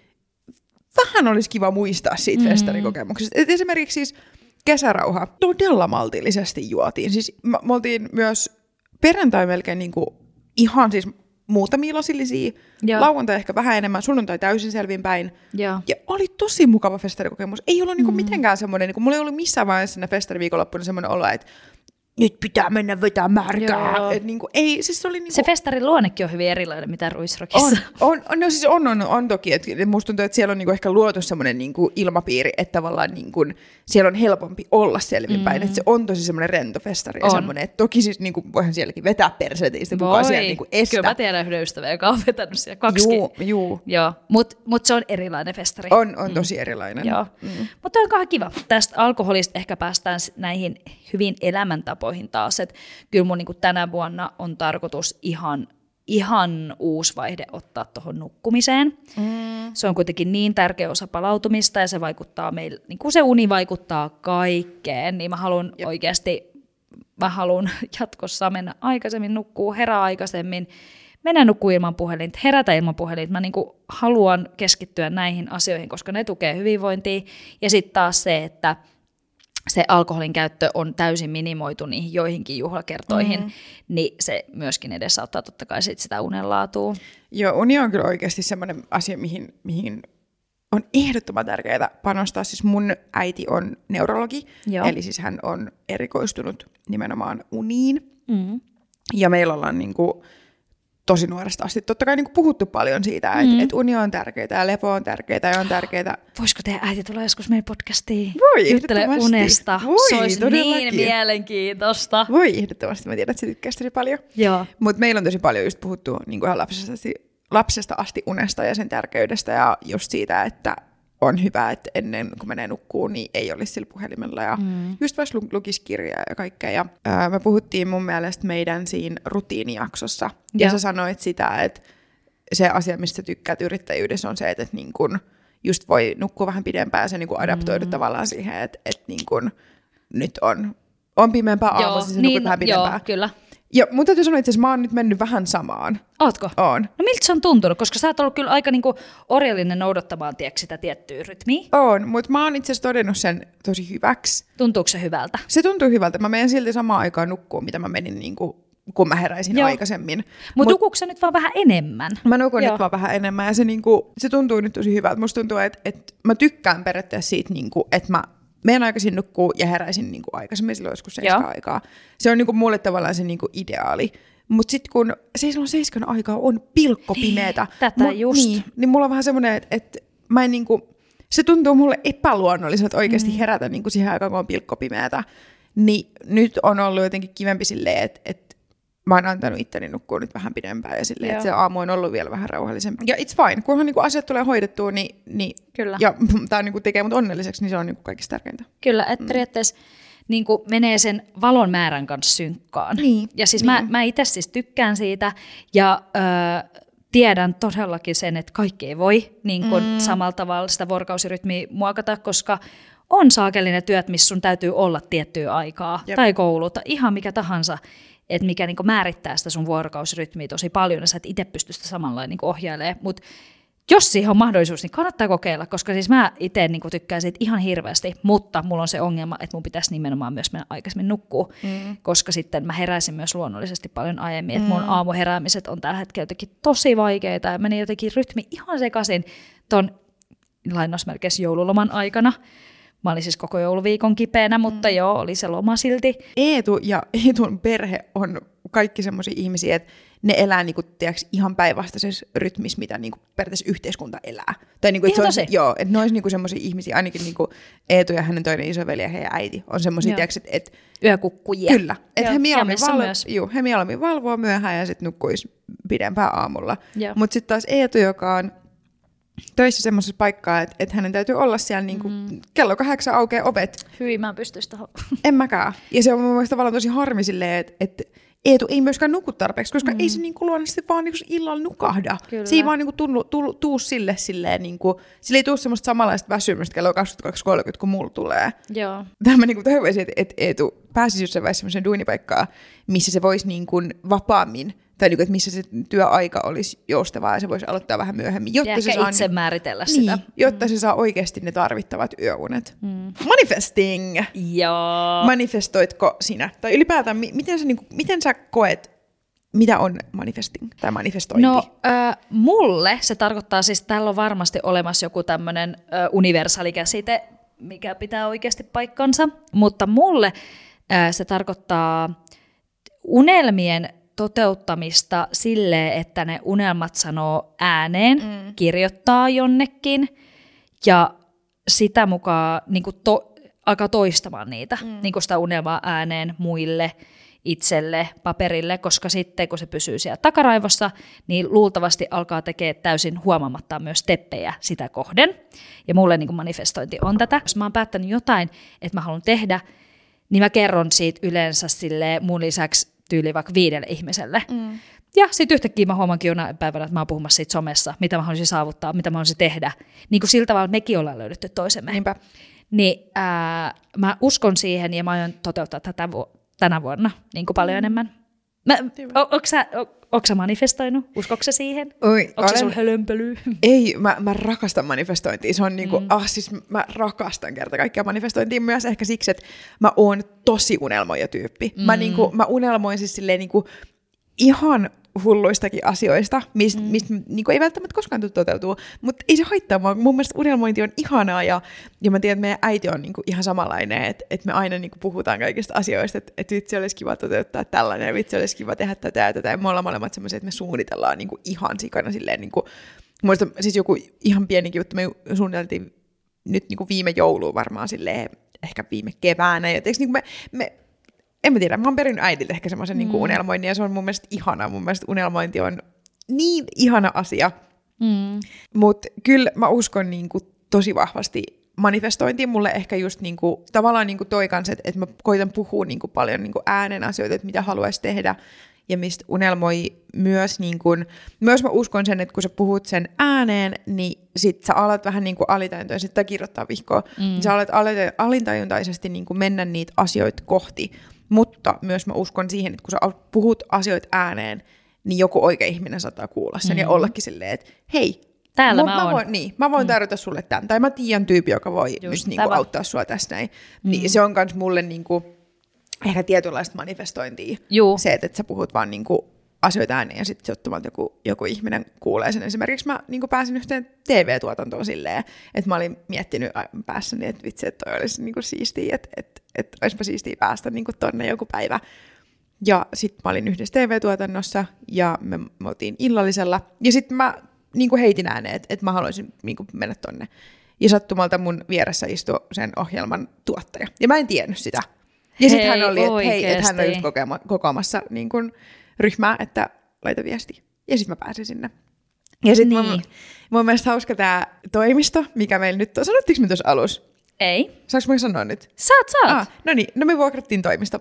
vähän olisi kiva muistaa siitä mm-hmm. festarikokemuksesta. Et esimerkiksi siis kesärauha todella maltillisesti juotiin. Siis me, me oltiin myös perjantai melkein niin kuin ihan siis muutamia lasillisia, Joo. lauantai ehkä vähän enemmän, sunnuntai täysin selvinpäin. Joo. Ja oli tosi mukava festarikokemus. Ei ollut niinku mm. mitenkään semmoinen, niinku, mulla ei ollut missään vaiheessa siinä festariviikonloppuna semmoinen olo, että nyt pitää mennä vetää märkää. Et niinku, ei, siis se, oli niinku... se festarin luonnekin on hyvin erilainen, mitä ruisrokissa. On, on, on, no siis on, on, on toki. Et musta tuntuu, että siellä on niinku ehkä luotu semmoinen niinku ilmapiiri, että tavallaan niinku, siellä on helpompi olla selvinpäin. Mm. Että se on tosi semmoinen rento festari. Ja semmoinen, että toki siis niinku, voihan sielläkin vetää perseetistä, kukaan siellä niinku estä. Kyllä mä tiedän yhden ystävän, joka on vetänyt siellä kaksikin. Juu, juu. Joo, mutta mut se on erilainen festari. On, on tosi mm. erilainen. Joo, mm. mutta on kauhean kiva. Tästä alkoholista ehkä päästään näihin hyvin elämäntapoihin taas. Et kyllä mun niin tänä vuonna on tarkoitus ihan, ihan uusi vaihde ottaa tuohon nukkumiseen. Mm. Se on kuitenkin niin tärkeä osa palautumista ja se vaikuttaa meille, niin kuin se uni vaikuttaa kaikkeen, niin mä haluan oikeasti, mä haluan jatkossa mennä aikaisemmin nukkuu, herää aikaisemmin, mennä nukkuu ilman puhelinta, herätä ilman puhelinta. Mä niin kuin haluan keskittyä näihin asioihin, koska ne tukee hyvinvointia. Ja sitten taas se, että se alkoholin käyttö on täysin minimoitu niihin joihinkin juhlakertoihin, mm. niin se myöskin edesauttaa totta kai sit sitä unenlaatua. Joo, uni on kyllä oikeasti semmoinen asia, mihin, mihin on ehdottoman tärkeää panostaa. Siis mun äiti on neurologi, Joo. eli siis hän on erikoistunut nimenomaan uniin. Mm. Ja meillä ollaan niinku tosi nuoresta asti totta kai niin kuin puhuttu paljon siitä, että mm. et uni on tärkeää ja lepo on tärkeää ja on tärkeää. Voisiko teidän äiti tulla joskus meidän podcastiin? Voi, Juttele unesta. Voi, se olisi todellakin. niin mielenkiintoista. Voi, ehdottomasti. Mä tiedän, että se tykkää tosi paljon. Mutta meillä on tosi paljon just puhuttu niin kuin ihan lapsesta asti, lapsesta asti unesta ja sen tärkeydestä ja just siitä, että on hyvä, että ennen kuin menee nukkuun, niin ei olisi sillä puhelimella ja mm. just vaikka lukisi kirjaa ja kaikkea. Ja, ää, me puhuttiin mun mielestä meidän siinä rutiinijaksossa ja, ja sä sanoit sitä, että se asia, mistä sä tykkäät yrittäjyydessä on se, että, että niin kun just voi nukkua vähän pidempään ja se niin kun adaptoidu mm. tavallaan siihen, että, että niin kun nyt on, on pimeämpää aamussa, niin nukkut vähän pidempään. Joo, kyllä. Ja mun täytyy sanoa, että mä oon nyt mennyt vähän samaan. Ootko? Oon. No miltä se on tuntunut? Koska sä oot ollut kyllä aika niinku orjallinen noudattamaan tiedätkö, sitä tiettyä rytmiä. Oon, mutta mä oon itse asiassa todennut sen tosi hyväksi. Tuntuuko se hyvältä? Se tuntuu hyvältä. Mä menen silti samaan aikaan nukkuun, mitä mä menin niinku, kun mä heräisin Joo. aikaisemmin. Mut Mut nukuuko sä nyt vaan vähän enemmän? Mä nukun Joo. nyt vaan vähän enemmän ja se, niinku, se tuntuu nyt tosi hyvältä. Musta tuntuu, että, että mä tykkään periaatteessa siitä, niinku, että mä menen aikaisin nukkuu ja heräisin niinku aikaisemmin silloin joskus seiskan aikaa. Se on niinku mulle tavallaan se niinku ideaali. Mutta sitten kun se silloin seiskan aikaa on pilkkopimeetä, Tätä mu- just. Niin, niin mulla on vähän semmoinen, että et mä en niinku, se tuntuu mulle epäluonnolliselta oikeasti mm. herätä niinku siihen aikaan, kun on pilkkopimeätä. Niin nyt on ollut jotenkin kivempi silleen, että et mä oon antanut itteni nukkua nyt vähän pidempään ja silleen, että se aamu on ollut vielä vähän rauhallisempi. Ja it's fine, kunhan niinku asiat tulee hoidettua, niin, niin Kyllä. ja tää niinku tekee mut onnelliseksi, niin se on niinku kaikista tärkeintä. Kyllä, että mm. periaatteessa niin kuin menee sen valon määrän kanssa synkkaan. Niin, ja siis niin. mä, mä itse siis tykkään siitä ja ö, tiedän todellakin sen, että kaikki ei voi niin kuin mm. samalla tavalla sitä vuorokausirytmiä muokata, koska on saakellinen työt, missä sun täytyy olla tiettyä aikaa Jep. tai koulu tai ihan mikä tahansa, että mikä niin kuin määrittää sitä sun vuorokausirytmiä tosi paljon ja sä et itse pysty sitä samanlainen niin ohjailemaan, mutta jos siihen on mahdollisuus, niin kannattaa kokeilla, koska siis mä itse niin tykkään siitä ihan hirveästi, mutta mulla on se ongelma, että mun pitäisi nimenomaan myös mennä aikaisemmin nukkua, mm. koska sitten mä heräisin myös luonnollisesti paljon aiemmin, että mun mm. aamuheräämiset on tällä hetkellä jotenkin tosi vaikeita ja meni jotenkin rytmi ihan sekaisin ton lainausmerkeissä joululoman aikana. Mä olin siis koko jouluviikon kipeänä, mutta mm. joo, oli se loma silti. Eetu ja Eetun perhe on kaikki semmoisia ihmisiä, että ne elää niinku, tiiäks, ihan päinvastaisessa rytmissä, mitä niinku, periaatteessa yhteiskunta elää. Tai niinku, että se on, joo, että ne olisi niinku semmoisia ihmisiä, ainakin niinku Eetu ja hänen toinen isoveli ja heidän äiti on semmoisia, että et, yökukkujia. Kyllä, että he mieluummin valvo, he mieluummin valvoo myöhään ja sitten nukkuisi pidempään aamulla. Mutta sitten taas Eetu, joka on töissä semmoisessa paikkaa, että, että hänen täytyy olla siellä niinku, mm. kello kahdeksan aukeaa ovet. Hyi, mä en pystyisi tohon. En mäkään. Ja se on mun mielestä tavallaan tosi harmi silleen, että, että Eetu ei myöskään nuku tarpeeksi, koska mm. ei se niinku luonnollisesti vaan niinku illalla nukahda. Kyllä. Se ei vaan niinku tuu, tuu, tuu sille silleen, niinku, sille ei tuu semmoista samanlaista väsymystä kello kaksikymmentäkaksi kolmekymmentä, kun mulla tulee. Joo. Tämä niinku toivoisin, että, että Eetu pääsisi jossain vaiheessa semmoiseen duunipaikkaan, missä se voisi niinku vapaammin, tai niinku, että missä se työaika olisi joustavaa ja se voisi aloittaa vähän myöhemmin. Jotta ja se ehkä saa, itse määritellä niin, sitä. Jotta mm. se saa oikeasti ne tarvittavat yöunet. Mm. Manifesting! Joo. Manifestoitko sinä? Tai ylipäätään, miten sä, niinku, miten sä koet, mitä on manifesting tai manifestointi? No äh, mulle se tarkoittaa siis, että täällä on varmasti olemassa joku tämmöinen äh, universaali käsite, mikä pitää oikeasti paikkansa, mutta mulle äh, se tarkoittaa unelmien toteuttamista silleen, että ne unelmat sanoo ääneen, mm. kirjoittaa jonnekin ja sitä mukaan niin kuin to, alkaa toistamaan niitä, mm. niin kuin sitä unelmaa ääneen muille, itselle, paperille, koska sitten kun se pysyy siellä takaraivossa, niin luultavasti alkaa tekemään täysin huomaamatta myös steppejä sitä kohden. Ja mulle niin kuin manifestointi on tätä. Jos mä oon päättänyt jotain, että mä haluan tehdä, niin mä kerron siitä yleensä sille mun lisäksi tyyli vaikka viidelle ihmiselle. Mm. Ja sitten yhtäkkiä mä huomaankin jonain päivänä, että mä oon puhumassa siitä somessa, mitä mä haluaisin saavuttaa, mitä mä haluaisin tehdä. Niin kuin sillä tavalla mekin ollaan löydetty toisemme. Niinpä. Niin ää, mä uskon siihen ja mä aion toteuttaa tätä vu- tänä vuonna niin kuin paljon mm. enemmän. Onko sä, sä manifestoinut? Uskotko sä siihen? Onko se sun hölönpölyä? Ei, mä, mä rakastan manifestointia. Se on niinku, mm. ah, siis mä rakastan kerta kaikkea manifestointia myös ehkä siksi, että mä oon tosi unelmoija tyyppi. Mm. Mä, niinku, mä unelmoin siis silleen niinku ihan hulluistakin asioista, mistä mm. mist, niinku ei välttämättä koskaan tule toteutua, mutta ei se haittaa mua. Mun mielestä unelmointi on ihanaa, ja, ja mä tiedän, että meidän äiti on niinku ihan samanlainen, että et me aina niinku puhutaan kaikista asioista, että et vitsi olisi kiva toteuttaa tällainen, ja vitsi olisi kiva tehdä tätä ja tätä, ja me ollaan molemmat semmoisia, että me suunnitellaan niinku ihan sikana silleen, niinku, muista siis joku ihan pienikin juttu, me suunniteltiin nyt niinku viime jouluun varmaan silleen, ehkä viime keväänä, ja teikö, niinku me, me en mä tiedä, mä oon perinnyt äidiltä ehkä semmoisen mm. niinku unelmoinnin, ja se on mun mielestä ihanaa. Mun mielestä unelmointi on niin ihana asia. Mm. Mutta kyllä mä uskon niinku tosi vahvasti manifestointiin. Mulle ehkä just niinku, tavallaan niinku toi kanssa, että et mä koitan puhua niinku paljon niinku äänen asioita, että mitä haluaisi tehdä, ja mistä unelmoi myös. Niinku, myös mä uskon sen, että kun sä puhut sen ääneen, niin sit sä alat vähän niinku alitajuntaisesti, tai kirjoittaa vihkoa, mm. niin sä alat alitajuntaisesti niinku mennä niitä asioita kohti. Mutta myös mä uskon siihen, että kun sä puhut asioita ääneen, niin joku oikea ihminen saattaa kuulla sen mm-hmm. ja ollakin silleen, että hei, täällä mä, mä, mä voin, niin, mä voin mm. tarjota sulle tämän. Tai mä tiedän tyyppi, joka voi just nyt niinku auttaa sua tässä näin. Mm. Niin se on myös mulle niinku, ehkä tietynlaista manifestointia. Juu. Se, että, että sä puhut vaan niinku asioita ääneen ja sitten sattumalta joku, joku ihminen kuulee sen. Esimerkiksi mä niinku pääsin yhteen T V-tuotantoon silleen, että mä olin miettinyt päässäni, että vitsi, että toi olisi niinku siistiä, että et, et olisipa siistiä päästä niinku tonne joku päivä. Ja sitten mä olin yhdessä T V-tuotannossa ja me, me oltiin illallisella. Ja sitten mä niinku heitin ääneen, että et mä haluaisin niinku mennä tonne. Ja sattumalta mun vieressä istui sen ohjelman tuottaja. Ja mä en tiennyt sitä. Ja sitten hän oli, että hei, että hän on just kokema, kokoamassa niin kun ryhmää, että laita viesti. Ja sitten mä pääsin sinne. Ja sitten niin. mun, mun mielestä hauska tää toimisto, mikä meillä nyt on. Sanottiinko me tuossa alussa? Ei. Saanko mä sanoa nyt? Saat, saat. Ah, no niin, no me vuokrattiin toimisto.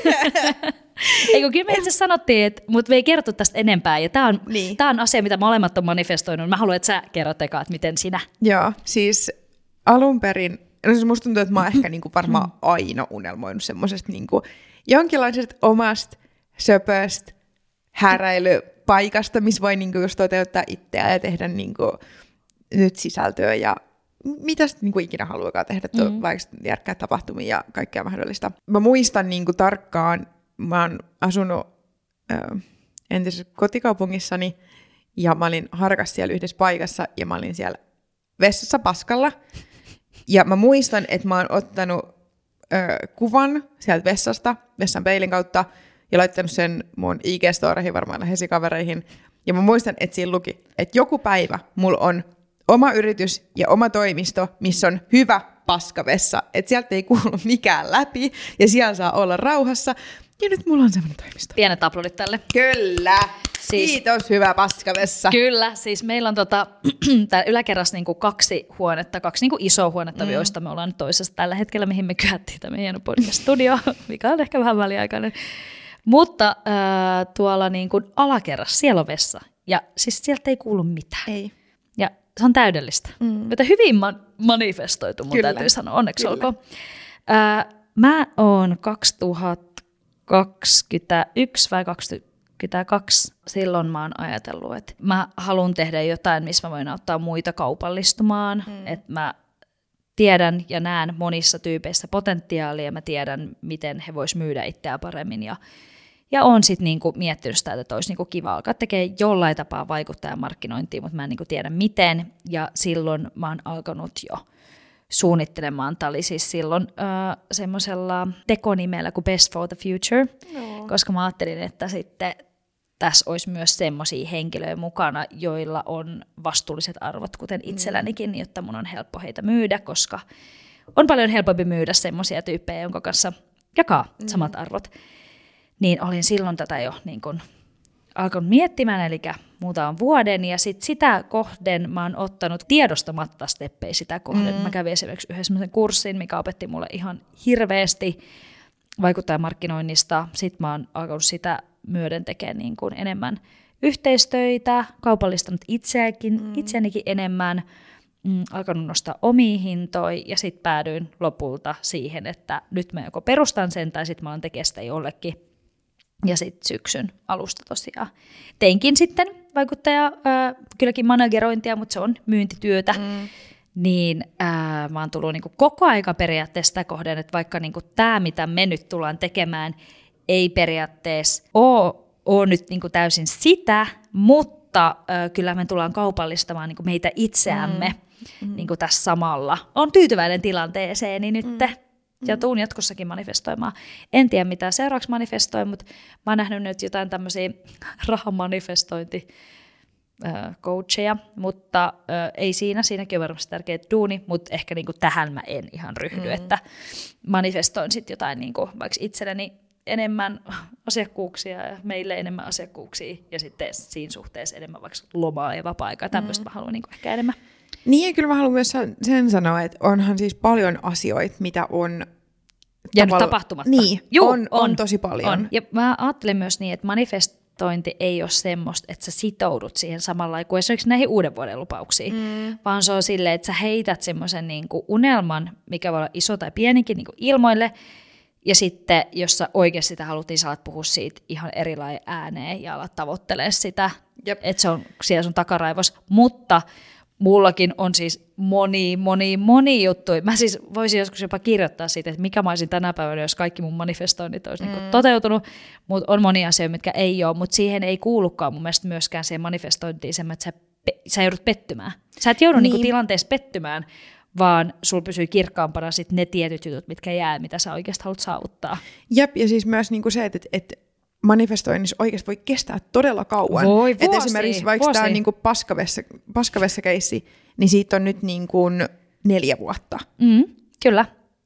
Eikö kyllä me itse sanottiin, että mut me ei kerrottu tästä enempää. Ja tää on, niin. tää on asia, mitä molemmat on manifestoinut. Mä haluan, että sä kerrot eka, että miten sinä. Joo, siis alun perin, no siis musta tuntuu, että mä oon ehkä niinku varmaan aina unelmoinut semmosesta niinku jonkinlaisesta omasta söpöstä häräilypaikasta, missä voi niinku just toteuttaa itseä ja tehdä niinku nyt sisältöä ja mitä sitten niinku ikinä haluakaan tehdä, mm-hmm. vaikka järkkää tapahtumia ja kaikkea mahdollista. Mä muistan niinku tarkkaan, mä oon asunut ö, entisessä kotikaupungissani ja mä olin harkas siellä yhdessä paikassa ja mä olin siellä vessassa paskalla. Ja mä muistan, että mä oon ottanut ö, kuvan sieltä vessasta, vessan peilin kautta, ja laittanut sen mun I G-storeihin, varmaan läheisiin kavereihin. Ja mä muistan, että siinä luki, että joku päivä mulla on oma yritys ja oma toimisto, missä on hyvä paskavessa. Että sieltä ei kuulu mikään läpi, ja siellä saa olla rauhassa. Ja nyt mulla on semmoinen toimisto. Pienet aplodit tälle. Kyllä. Siis, kiitos, hyvä paskavessa. Kyllä, siis meillä on tota, täällä yläkerrassa niinku kaksi huonetta, kaksi niinku isoa huonetta, mm. joista me ollaan nyt toisessa tällä hetkellä, mihin me kyhättiin tämä hieno podcast-studio, mikä on ehkä vähän väliaikainen. Mutta äh, tuolla niinku alakerrassa, siellä on vessa. Ja siis sieltä ei kuulu mitään. Ei. Ja se on täydellistä. Mm. Joten hyvin man- manifestoitu, mun Kyllä. täytyy sanoa. Onneksi Kyllä. olkoon. Äh, mä oon kaksituhattakaksikymmentäyksi vai kaksikymmentäkaksi. Silloin mä oon ajatellut, että mä haluan tehdä jotain, missä mä voin auttaa muita kaupallistumaan. Mm. Että mä tiedän ja näen monissa tyypeissä potentiaalia. Mä tiedän, miten he vois myydä itseään paremmin. Ja, ja oon sitten niinku miettinyt sitä, että olisi niinku kiva alkaa tekemään jollain tapaa vaikuttajamarkkinointia, mutta mä en niinku tiedä miten. Ja silloin mä oon alkanut jo suunnittelemaan. Tämä oli siis silloin äh, semmoisella tekonimellä kuin Best for the Future, no. koska mä ajattelin, että sitten tässä olisi myös semmoisia henkilöjä mukana, joilla on vastuulliset arvot, kuten itsellänikin, mm. jotta mun on helppo heitä myydä, koska on paljon helpompi myydä semmoisia tyyppejä, jonka kanssa jakaa mm. samat arvot. Niin olin silloin tätä jo niin kun alkanut miettimään, eli muutaman vuoden, ja sit sitä kohden mä oon ottanut tiedostamatta steppejä sitä kohden. Mm. Mä kävin esimerkiksi yhden semmoisen kurssin, mikä opetti mulle ihan hirveästi vaikuttajamarkkinoinnista. Sitten mä oon alkanut sitä myöden tekemään niin kuin enemmän yhteistöitä, kaupallistanut itseäkin, mm. itseänikin enemmän, mm, alkanut nostaa omia hintoja, ja sitten päädyin lopulta siihen, että nyt mä joko perustan sen, tai sitten mä oon tekemään sitä jollekin. Ja sitten syksyn alusta tosiaan teinkin sitten vaikuttaja, äh, kylläkin managerointia, mutta se on myyntityötä. Mm. Niin äh, mä oon tullut niinku koko aika periaatteessa sitä kohden, että vaikka niinku tämä, mitä me nyt tullaan tekemään, ei periaatteessa ole ole nyt niin kuin täysin sitä, mutta ö, kyllä me tullaan kaupallistamaan niin kuin meitä itseämme mm. niin kuin tässä samalla. On tyytyväinen tilanteeseeni nyt. Mm. Ja tuun jatkossakin manifestoimaan. En tiedä, mitä seuraavaksi manifestoin, mutta mä oon nähnyt nyt jotain tämmöisiä rahamanifestointi coacheja, mutta ö, ei siinä, siinäkin on varmasti tärkeä duuni, mutta ehkä niinku tähän mä en ihan ryhdy, mm. että manifestoin sitten jotain niinku, vaikka itselleni enemmän asiakkuuksia ja meille enemmän asiakkuuksia ja sitten siinä suhteessa enemmän vaikka lomaa ja vapaa-aikaa, tämmöistä mm. mä haluan niinku ehkä enemmän. Niin ja kyllä mä haluan myös sen sanoa, että onhan siis paljon asioita, mitä on jäänyt tavalla... tapahtumatta. Niin, Juh, on, on, on tosi paljon. On. Ja mä ajattelen myös niin, että manifestointi ei ole semmoista, että sä sitoudut siihen samalla lailla kuin esimerkiksi näihin uuden vuoden lupauksiin, mm. vaan se on silleen, että sä heität semmoisen niin kuin unelman, mikä voi olla iso tai pienikin niin kuin ilmoille, ja sitten jos sä oikeasti sitä haluat, niin sä alat puhua siitä ihan erilainen ääneen ja alat tavoittelemaan sitä, Jep. että se on siellä sun takaraivos, mutta mullakin on siis moni, moni, moni juttu. Mä siis voisin joskus jopa kirjoittaa siitä, että mikä mä olisin tänä päivänä, jos kaikki mun manifestoinnit olisi mm. niin kuin toteutunut, mutta on monia asioita, mitkä ei ole, mutta siihen ei kuulukaan mun mielestä myöskään siihen manifestointiin semmoinen, että sä, pe- sä joudut pettymään. Sä et joudu niin. Niin kuin tilanteessa pettymään, vaan sulla pysyy kirkkaampana sit ne tietyt jutut, mitkä jää, mitä sä oikeasti haluat saavuttaa. Jep, ja siis myös niin kuin se, että, että manifestoinnissa oikeasti voi kestää todella kauan. Voi, vuosi, et esimerkiksi vaikka tämä niin paskavessa, paskavessakeissi, niin siitä on nyt niin kuin neljä vuotta. Mm, kyllä.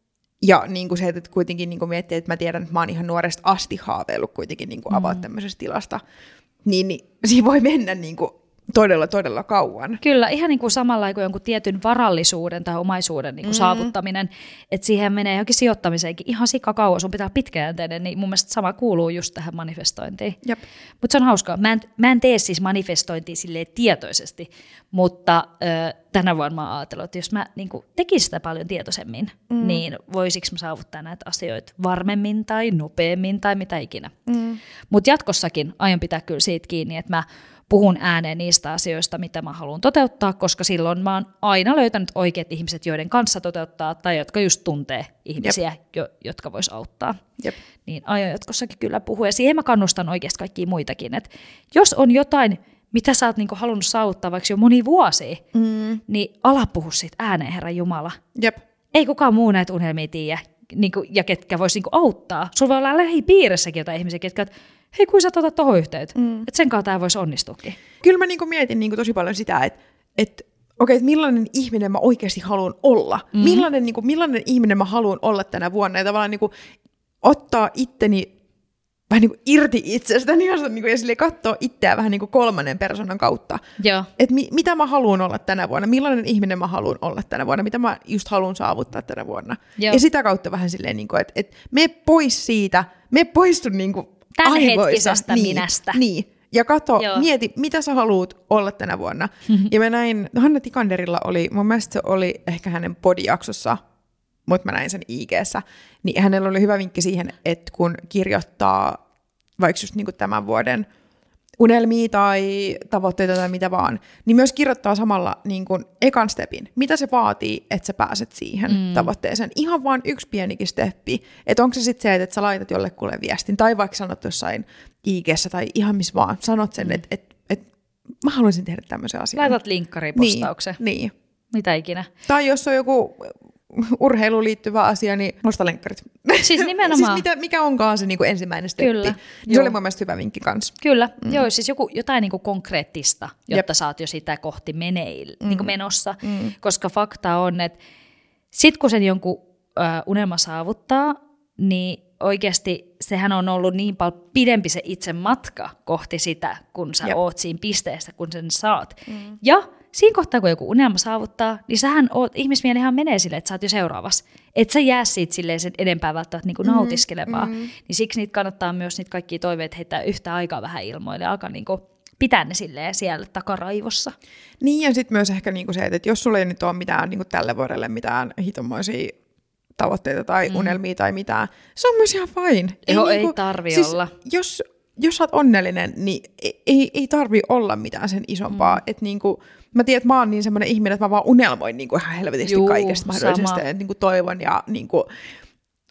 Ja niin kuin se, että kuitenkin niin kuin miettii, että mä tiedän, että mä oon ihan nuoresta asti haaveillut kuitenkin niin kuin mm. avaa tämmöisestä tilasta, niin, niin siinä voi mennä niin kuin todella, todella kauan. Kyllä, ihan niin kuin samalla kuin jonkun tietyn varallisuuden tai omaisuuden niin kuin mm-hmm. saavuttaminen, että siihen menee johonkin sijoittamiseenkin ihan sikakauan, sun pitää pitkäjänteinen, niin mun mielestä sama kuuluu just tähän manifestointiin. Mutta se on hauskaa. Mä en, mä en tee siis manifestointia silleen tietoisesti, mutta ö, tänä vuonna mä oon ajatellut, että jos mä niin kuin tekisin sitä paljon tietoisemmin, mm. niin voisiko mä saavuttaa näitä asioita varmemmin tai nopeammin tai mitä ikinä. Mm. Mutta jatkossakin aion pitää kyllä siitä kiinni, että mä puhun ääneen niistä asioista, mitä mä haluan toteuttaa, koska silloin mä oon aina löytänyt oikeat ihmiset, joiden kanssa toteuttaa, tai jotka just tuntee ihmisiä, jo, jotka vois auttaa. Jep. Niin aion jatkossakin kyllä puhua, ja siihen mä kannustan oikeasti kaikkia muitakin, että jos on jotain, mitä sä oot niinku halunnut saavuttaa vaikka jo moni vuosia, mm. niin ala puhu siitä ääneen, Herran Jumala. Jep. Ei kukaan muu näitä unelmia tiedä, niinku, ja ketkä vois niinku auttaa. Sulla voi olla lähipiirissäkin jotain ihmisiä, ketkä hei, kuin sä otat tohon yhteyttä, mm. että sen kautta tämä voisi onnistuakin. Kyllä mä niinku mietin niinku tosi paljon sitä, että et, okei, että millainen ihminen mä oikeasti haluan olla. Mm. Millainen, niinku, millainen ihminen mä haluan olla tänä vuonna. Ja tavallaan niinku, ottaa itteni vähän niinku irti itsestäni ja, niinku, ja silleen katsoa itseä vähän niinku kolmannen persoonan kautta. Että mi, mitä mä haluan olla tänä vuonna, millainen ihminen mä haluan olla tänä vuonna, mitä mä just haluan saavuttaa tänä vuonna. Joo. Ja sitä kautta vähän silleen, niinku, että et me pois siitä, me poistu niinku tämänhetkisestä niin, minästä. Niin, ja katso, Joo. mieti, mitä sä haluat olla tänä vuonna. Mm-hmm. Ja mä näin, Hanna Tikanderilla oli, mun mielestä se oli ehkä hänen podijaksossa, mutta mä näin sen I G:ssä, niin hänellä oli hyvä vinkki siihen, että kun kirjoittaa vaikka just niin kuin tämän vuoden unelmia tai tavoitteita tai mitä vaan, niin myös kirjoittaa samalla niin kuin ekan stepin. Mitä se vaatii, että sä pääset siihen mm. tavoitteeseen? Ihan vaan yksi pienikin steppi. Että onko se sitten se, että sä laitat jollekulle viestin, tai vaikka sanot jossain I G:ssä tai ihan missä vaan, sanot sen, mm. että et, et, mä haluaisin tehdä tämmöisen asian. Laitat linkkaripostauksen. Niin, niin. Mitä ikinä. Tai jos on joku urheiluun liittyvä asia, niin osta lenkkarit. Siis nimenomaan. Siis mitä, mikä onkaan se niin kuin ensimmäinen steppi. Kyllä. Se oli mun mielestä hyvä vinkki kanssa. Kyllä, mm. joo, siis joku, jotain niin kuin konkreettista, jotta Jep. sä oot jo sitä kohti meneil, mm. niin kuin menossa. Mm. Koska fakta on, että sit kun sen jonkun äh, unelma saavuttaa, niin oikeasti sehän on ollut niin paljon pidempi se itse matka kohti sitä, kun sä Jep. oot siinä pisteessä, kun sen saat. Mm. Ja siinä kohtaa, kun joku unelma saavuttaa, niin sähän oot, ihmismielihan menee silleen, että sä oot jo seuraavassa. Et sä jää siitä silleen sen enempää välttämättä niin kuin mm-hmm, nautiskelemaan. Mm-hmm. Niin siksi niitä kannattaa myös niitä kaikkia toiveita heittää yhtä aikaa vähän ilmoille ja alkaa niin kuin pitää ne silleen siellä takaraivossa. Niin ja sitten myös ehkä niin kuin se, että jos sulla ei nyt ole mitään niin kuin tälle vuodelle mitään hitommoisia tavoitteita tai mm. unelmia tai mitään, se on myös ihan fine. Ei, Joo, niin kuin, ei tarvi siis olla. Jos, jos sä oot onnellinen, niin ei, ei tarvi olla mitään sen isompaa. Mm. Että niin kuin, mä tiedän, että mä oon niin semmoinen ihminen, että mä vaan unelmoin niin kuin ihan helvetisti Juu, kaikesta mahdollisesta. Ja niin kuin toivon ja niin kuin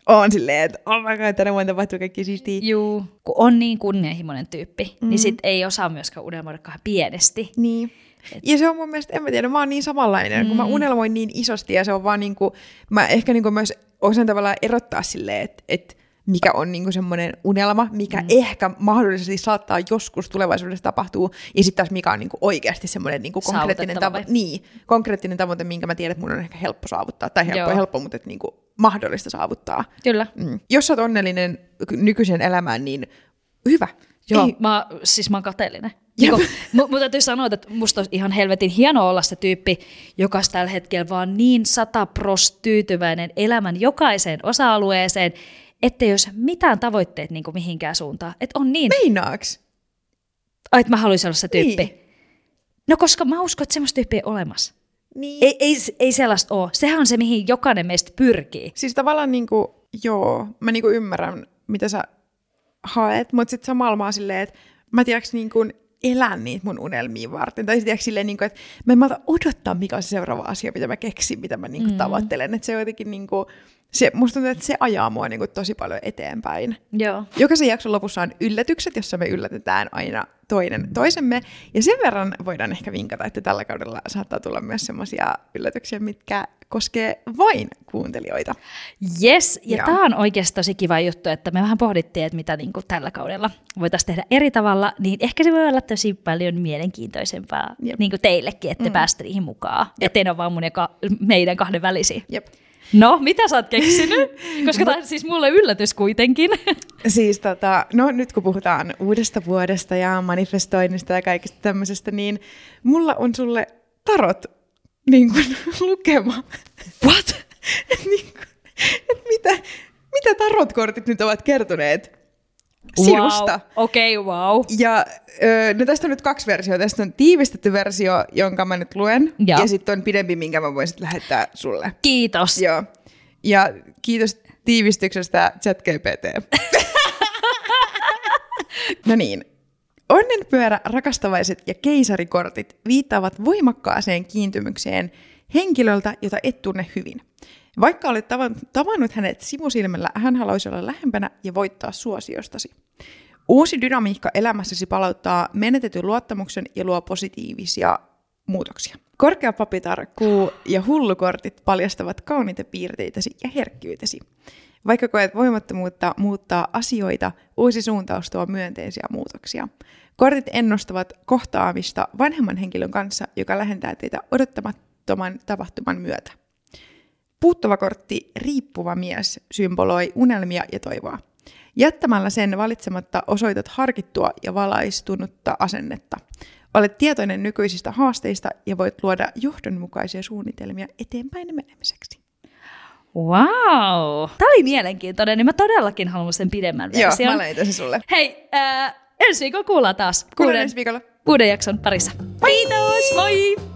on silleen, että oh my god, tänä vuonna tapahtuu kaikki siistiä. Juu, kun on niin kunnianhimoinen tyyppi, mm. niin sit ei osaa myöskään unelmoidakaan pienesti. Niin. Et. Ja se on mun mielestä, en mä tiedä, mä oon niin samanlainen, mm. kun mä unelmoin niin isosti ja se on vaan niinku, mä ehkä niinku myös osaan tavallaan erottaa silleen, että et mikä on niinku semmoinen unelma, mikä mm. ehkä mahdollisesti saattaa joskus tulevaisuudessa tapahtua, ja sitten taas mikä on niinku oikeasti semmoinen niinku konkreettinen, tavo- niin, konkreettinen tavoite, minkä mä tiedän, että mun on ehkä helppo saavuttaa, tai helppo ja helppo, mutta niinku mahdollista saavuttaa. Kyllä. Mm. Jos sä oot onnellinen nykyisen elämään, niin hyvä. Joo, mä, siis mä oon kateellinen. Niin mun täytyy sanoa, että musta on ihan helvetin hienoa olla se tyyppi, joka on tällä hetkellä vaan niin sata pros tyytyväinen elämän jokaiseen osa-alueeseen, ettei olisi mitään tavoitteet niin kuin mihinkään suuntaan. Että on niin. Meinaaks? Ai, että mä haluaisin olla se tyyppi. Niin. No koska mä uskon, että semmoista tyyppiä on olemassa. Niin. Ei, ei, ei sellaista ole. Sehän on se, mihin jokainen meistä pyrkii. Siis tavallaan niinku, joo, mä niinku ymmärrän, mitä sä haet, mutta sitten samalla mä oon silleen, että mä tiedäks niinku elän niitä mun unelmiin varten. Tai tiedäks silleen, niinku, että mä en malta odottaa, mikä on se seuraava asia, mitä mä keksin, mitä mä niinku mm. tavoittelen. Että se on jotenkin niinku, se, musta tuntuu, että se ajaa mua niinku tosi paljon eteenpäin. Joo. Jokaisen jakson lopussa on yllätykset, jossa me yllätetään aina toinen toisemme. Ja sen verran voidaan ehkä vinkata, että tällä kaudella saattaa tulla myös semmoisia yllätyksiä, mitkä koskee vain kuuntelijoita. Yes, ja tämä on oikeasti tosi kiva juttu, että me vähän pohdittiin, että mitä niinku tällä kaudella voitaisiin tehdä eri tavalla, niin ehkä se voi olla tosi paljon mielenkiintoisempaa niinku teillekin, että te mm. päästä niihin mukaan. Ettei ne ole vaan mun ja ka- meidän kahden välisiä. Jep. No, mitä sä oot keksinyt? Koska tämä on siis mulle yllätys kuitenkin. Siis tota, no nyt kun puhutaan uudesta vuodesta ja manifestoinnista ja kaikesta tämmöisestä, niin mulla on sulle tarot niin kuin lukema. What? niin kuin, et mitä, mitä tarotkortit nyt ovat kertoneet sinusta? Wow. Okei, okay, wow. Ja ö, no tästä on nyt kaksi versiota. Tästä on tiivistetty versio, jonka mä nyt luen. Ja, ja sitten on pidempi, minkä mä voin sitten lähettää sulle. Kiitos. Joo. Ja kiitos tiivistyksestä ChatGPT. No niin. Onnenpyörä, rakastavaiset ja keisarikortit viittaavat voimakkaaseen kiintymykseen henkilöltä, jota et tunne hyvin. Vaikka olet tavannut hänet sivusilmällä, hän haluaisi olla lähempänä ja voittaa suosiostasi. Uusi dynamiikka elämässäsi palauttaa menetetyn luottamuksen ja luo positiivisia muutoksia. Korkea papitar, kuu ja hullukortit paljastavat kauniita piirteitäsi ja herkkyytesi. Vaikka koet voimattomuutta muuttaa asioita, uusi suuntaus tuo myönteisiä muutoksia. Kortit ennustavat kohtaamista vanhemman henkilön kanssa, joka lähentää teitä odottamattoman tapahtuman myötä. Puuttuva kortti, riippuva mies, symboloi unelmia ja toivoa. Jättämällä sen valitsematta osoitat harkittua ja valaistunutta asennetta. Olet tietoinen nykyisistä haasteista ja voit luoda johdonmukaisia suunnitelmia eteenpäin menemiseksi. Wow! Tämä oli mielenkiintoinen, niin mä todellakin haluan sen pidemmän version. Joo, mä laitan se sulle. Hei, äh, ensi viikolla kuullaan taas. Kuullaan ensi viikolla. Uuden jakson parissa. Bye! Kiitos, moi!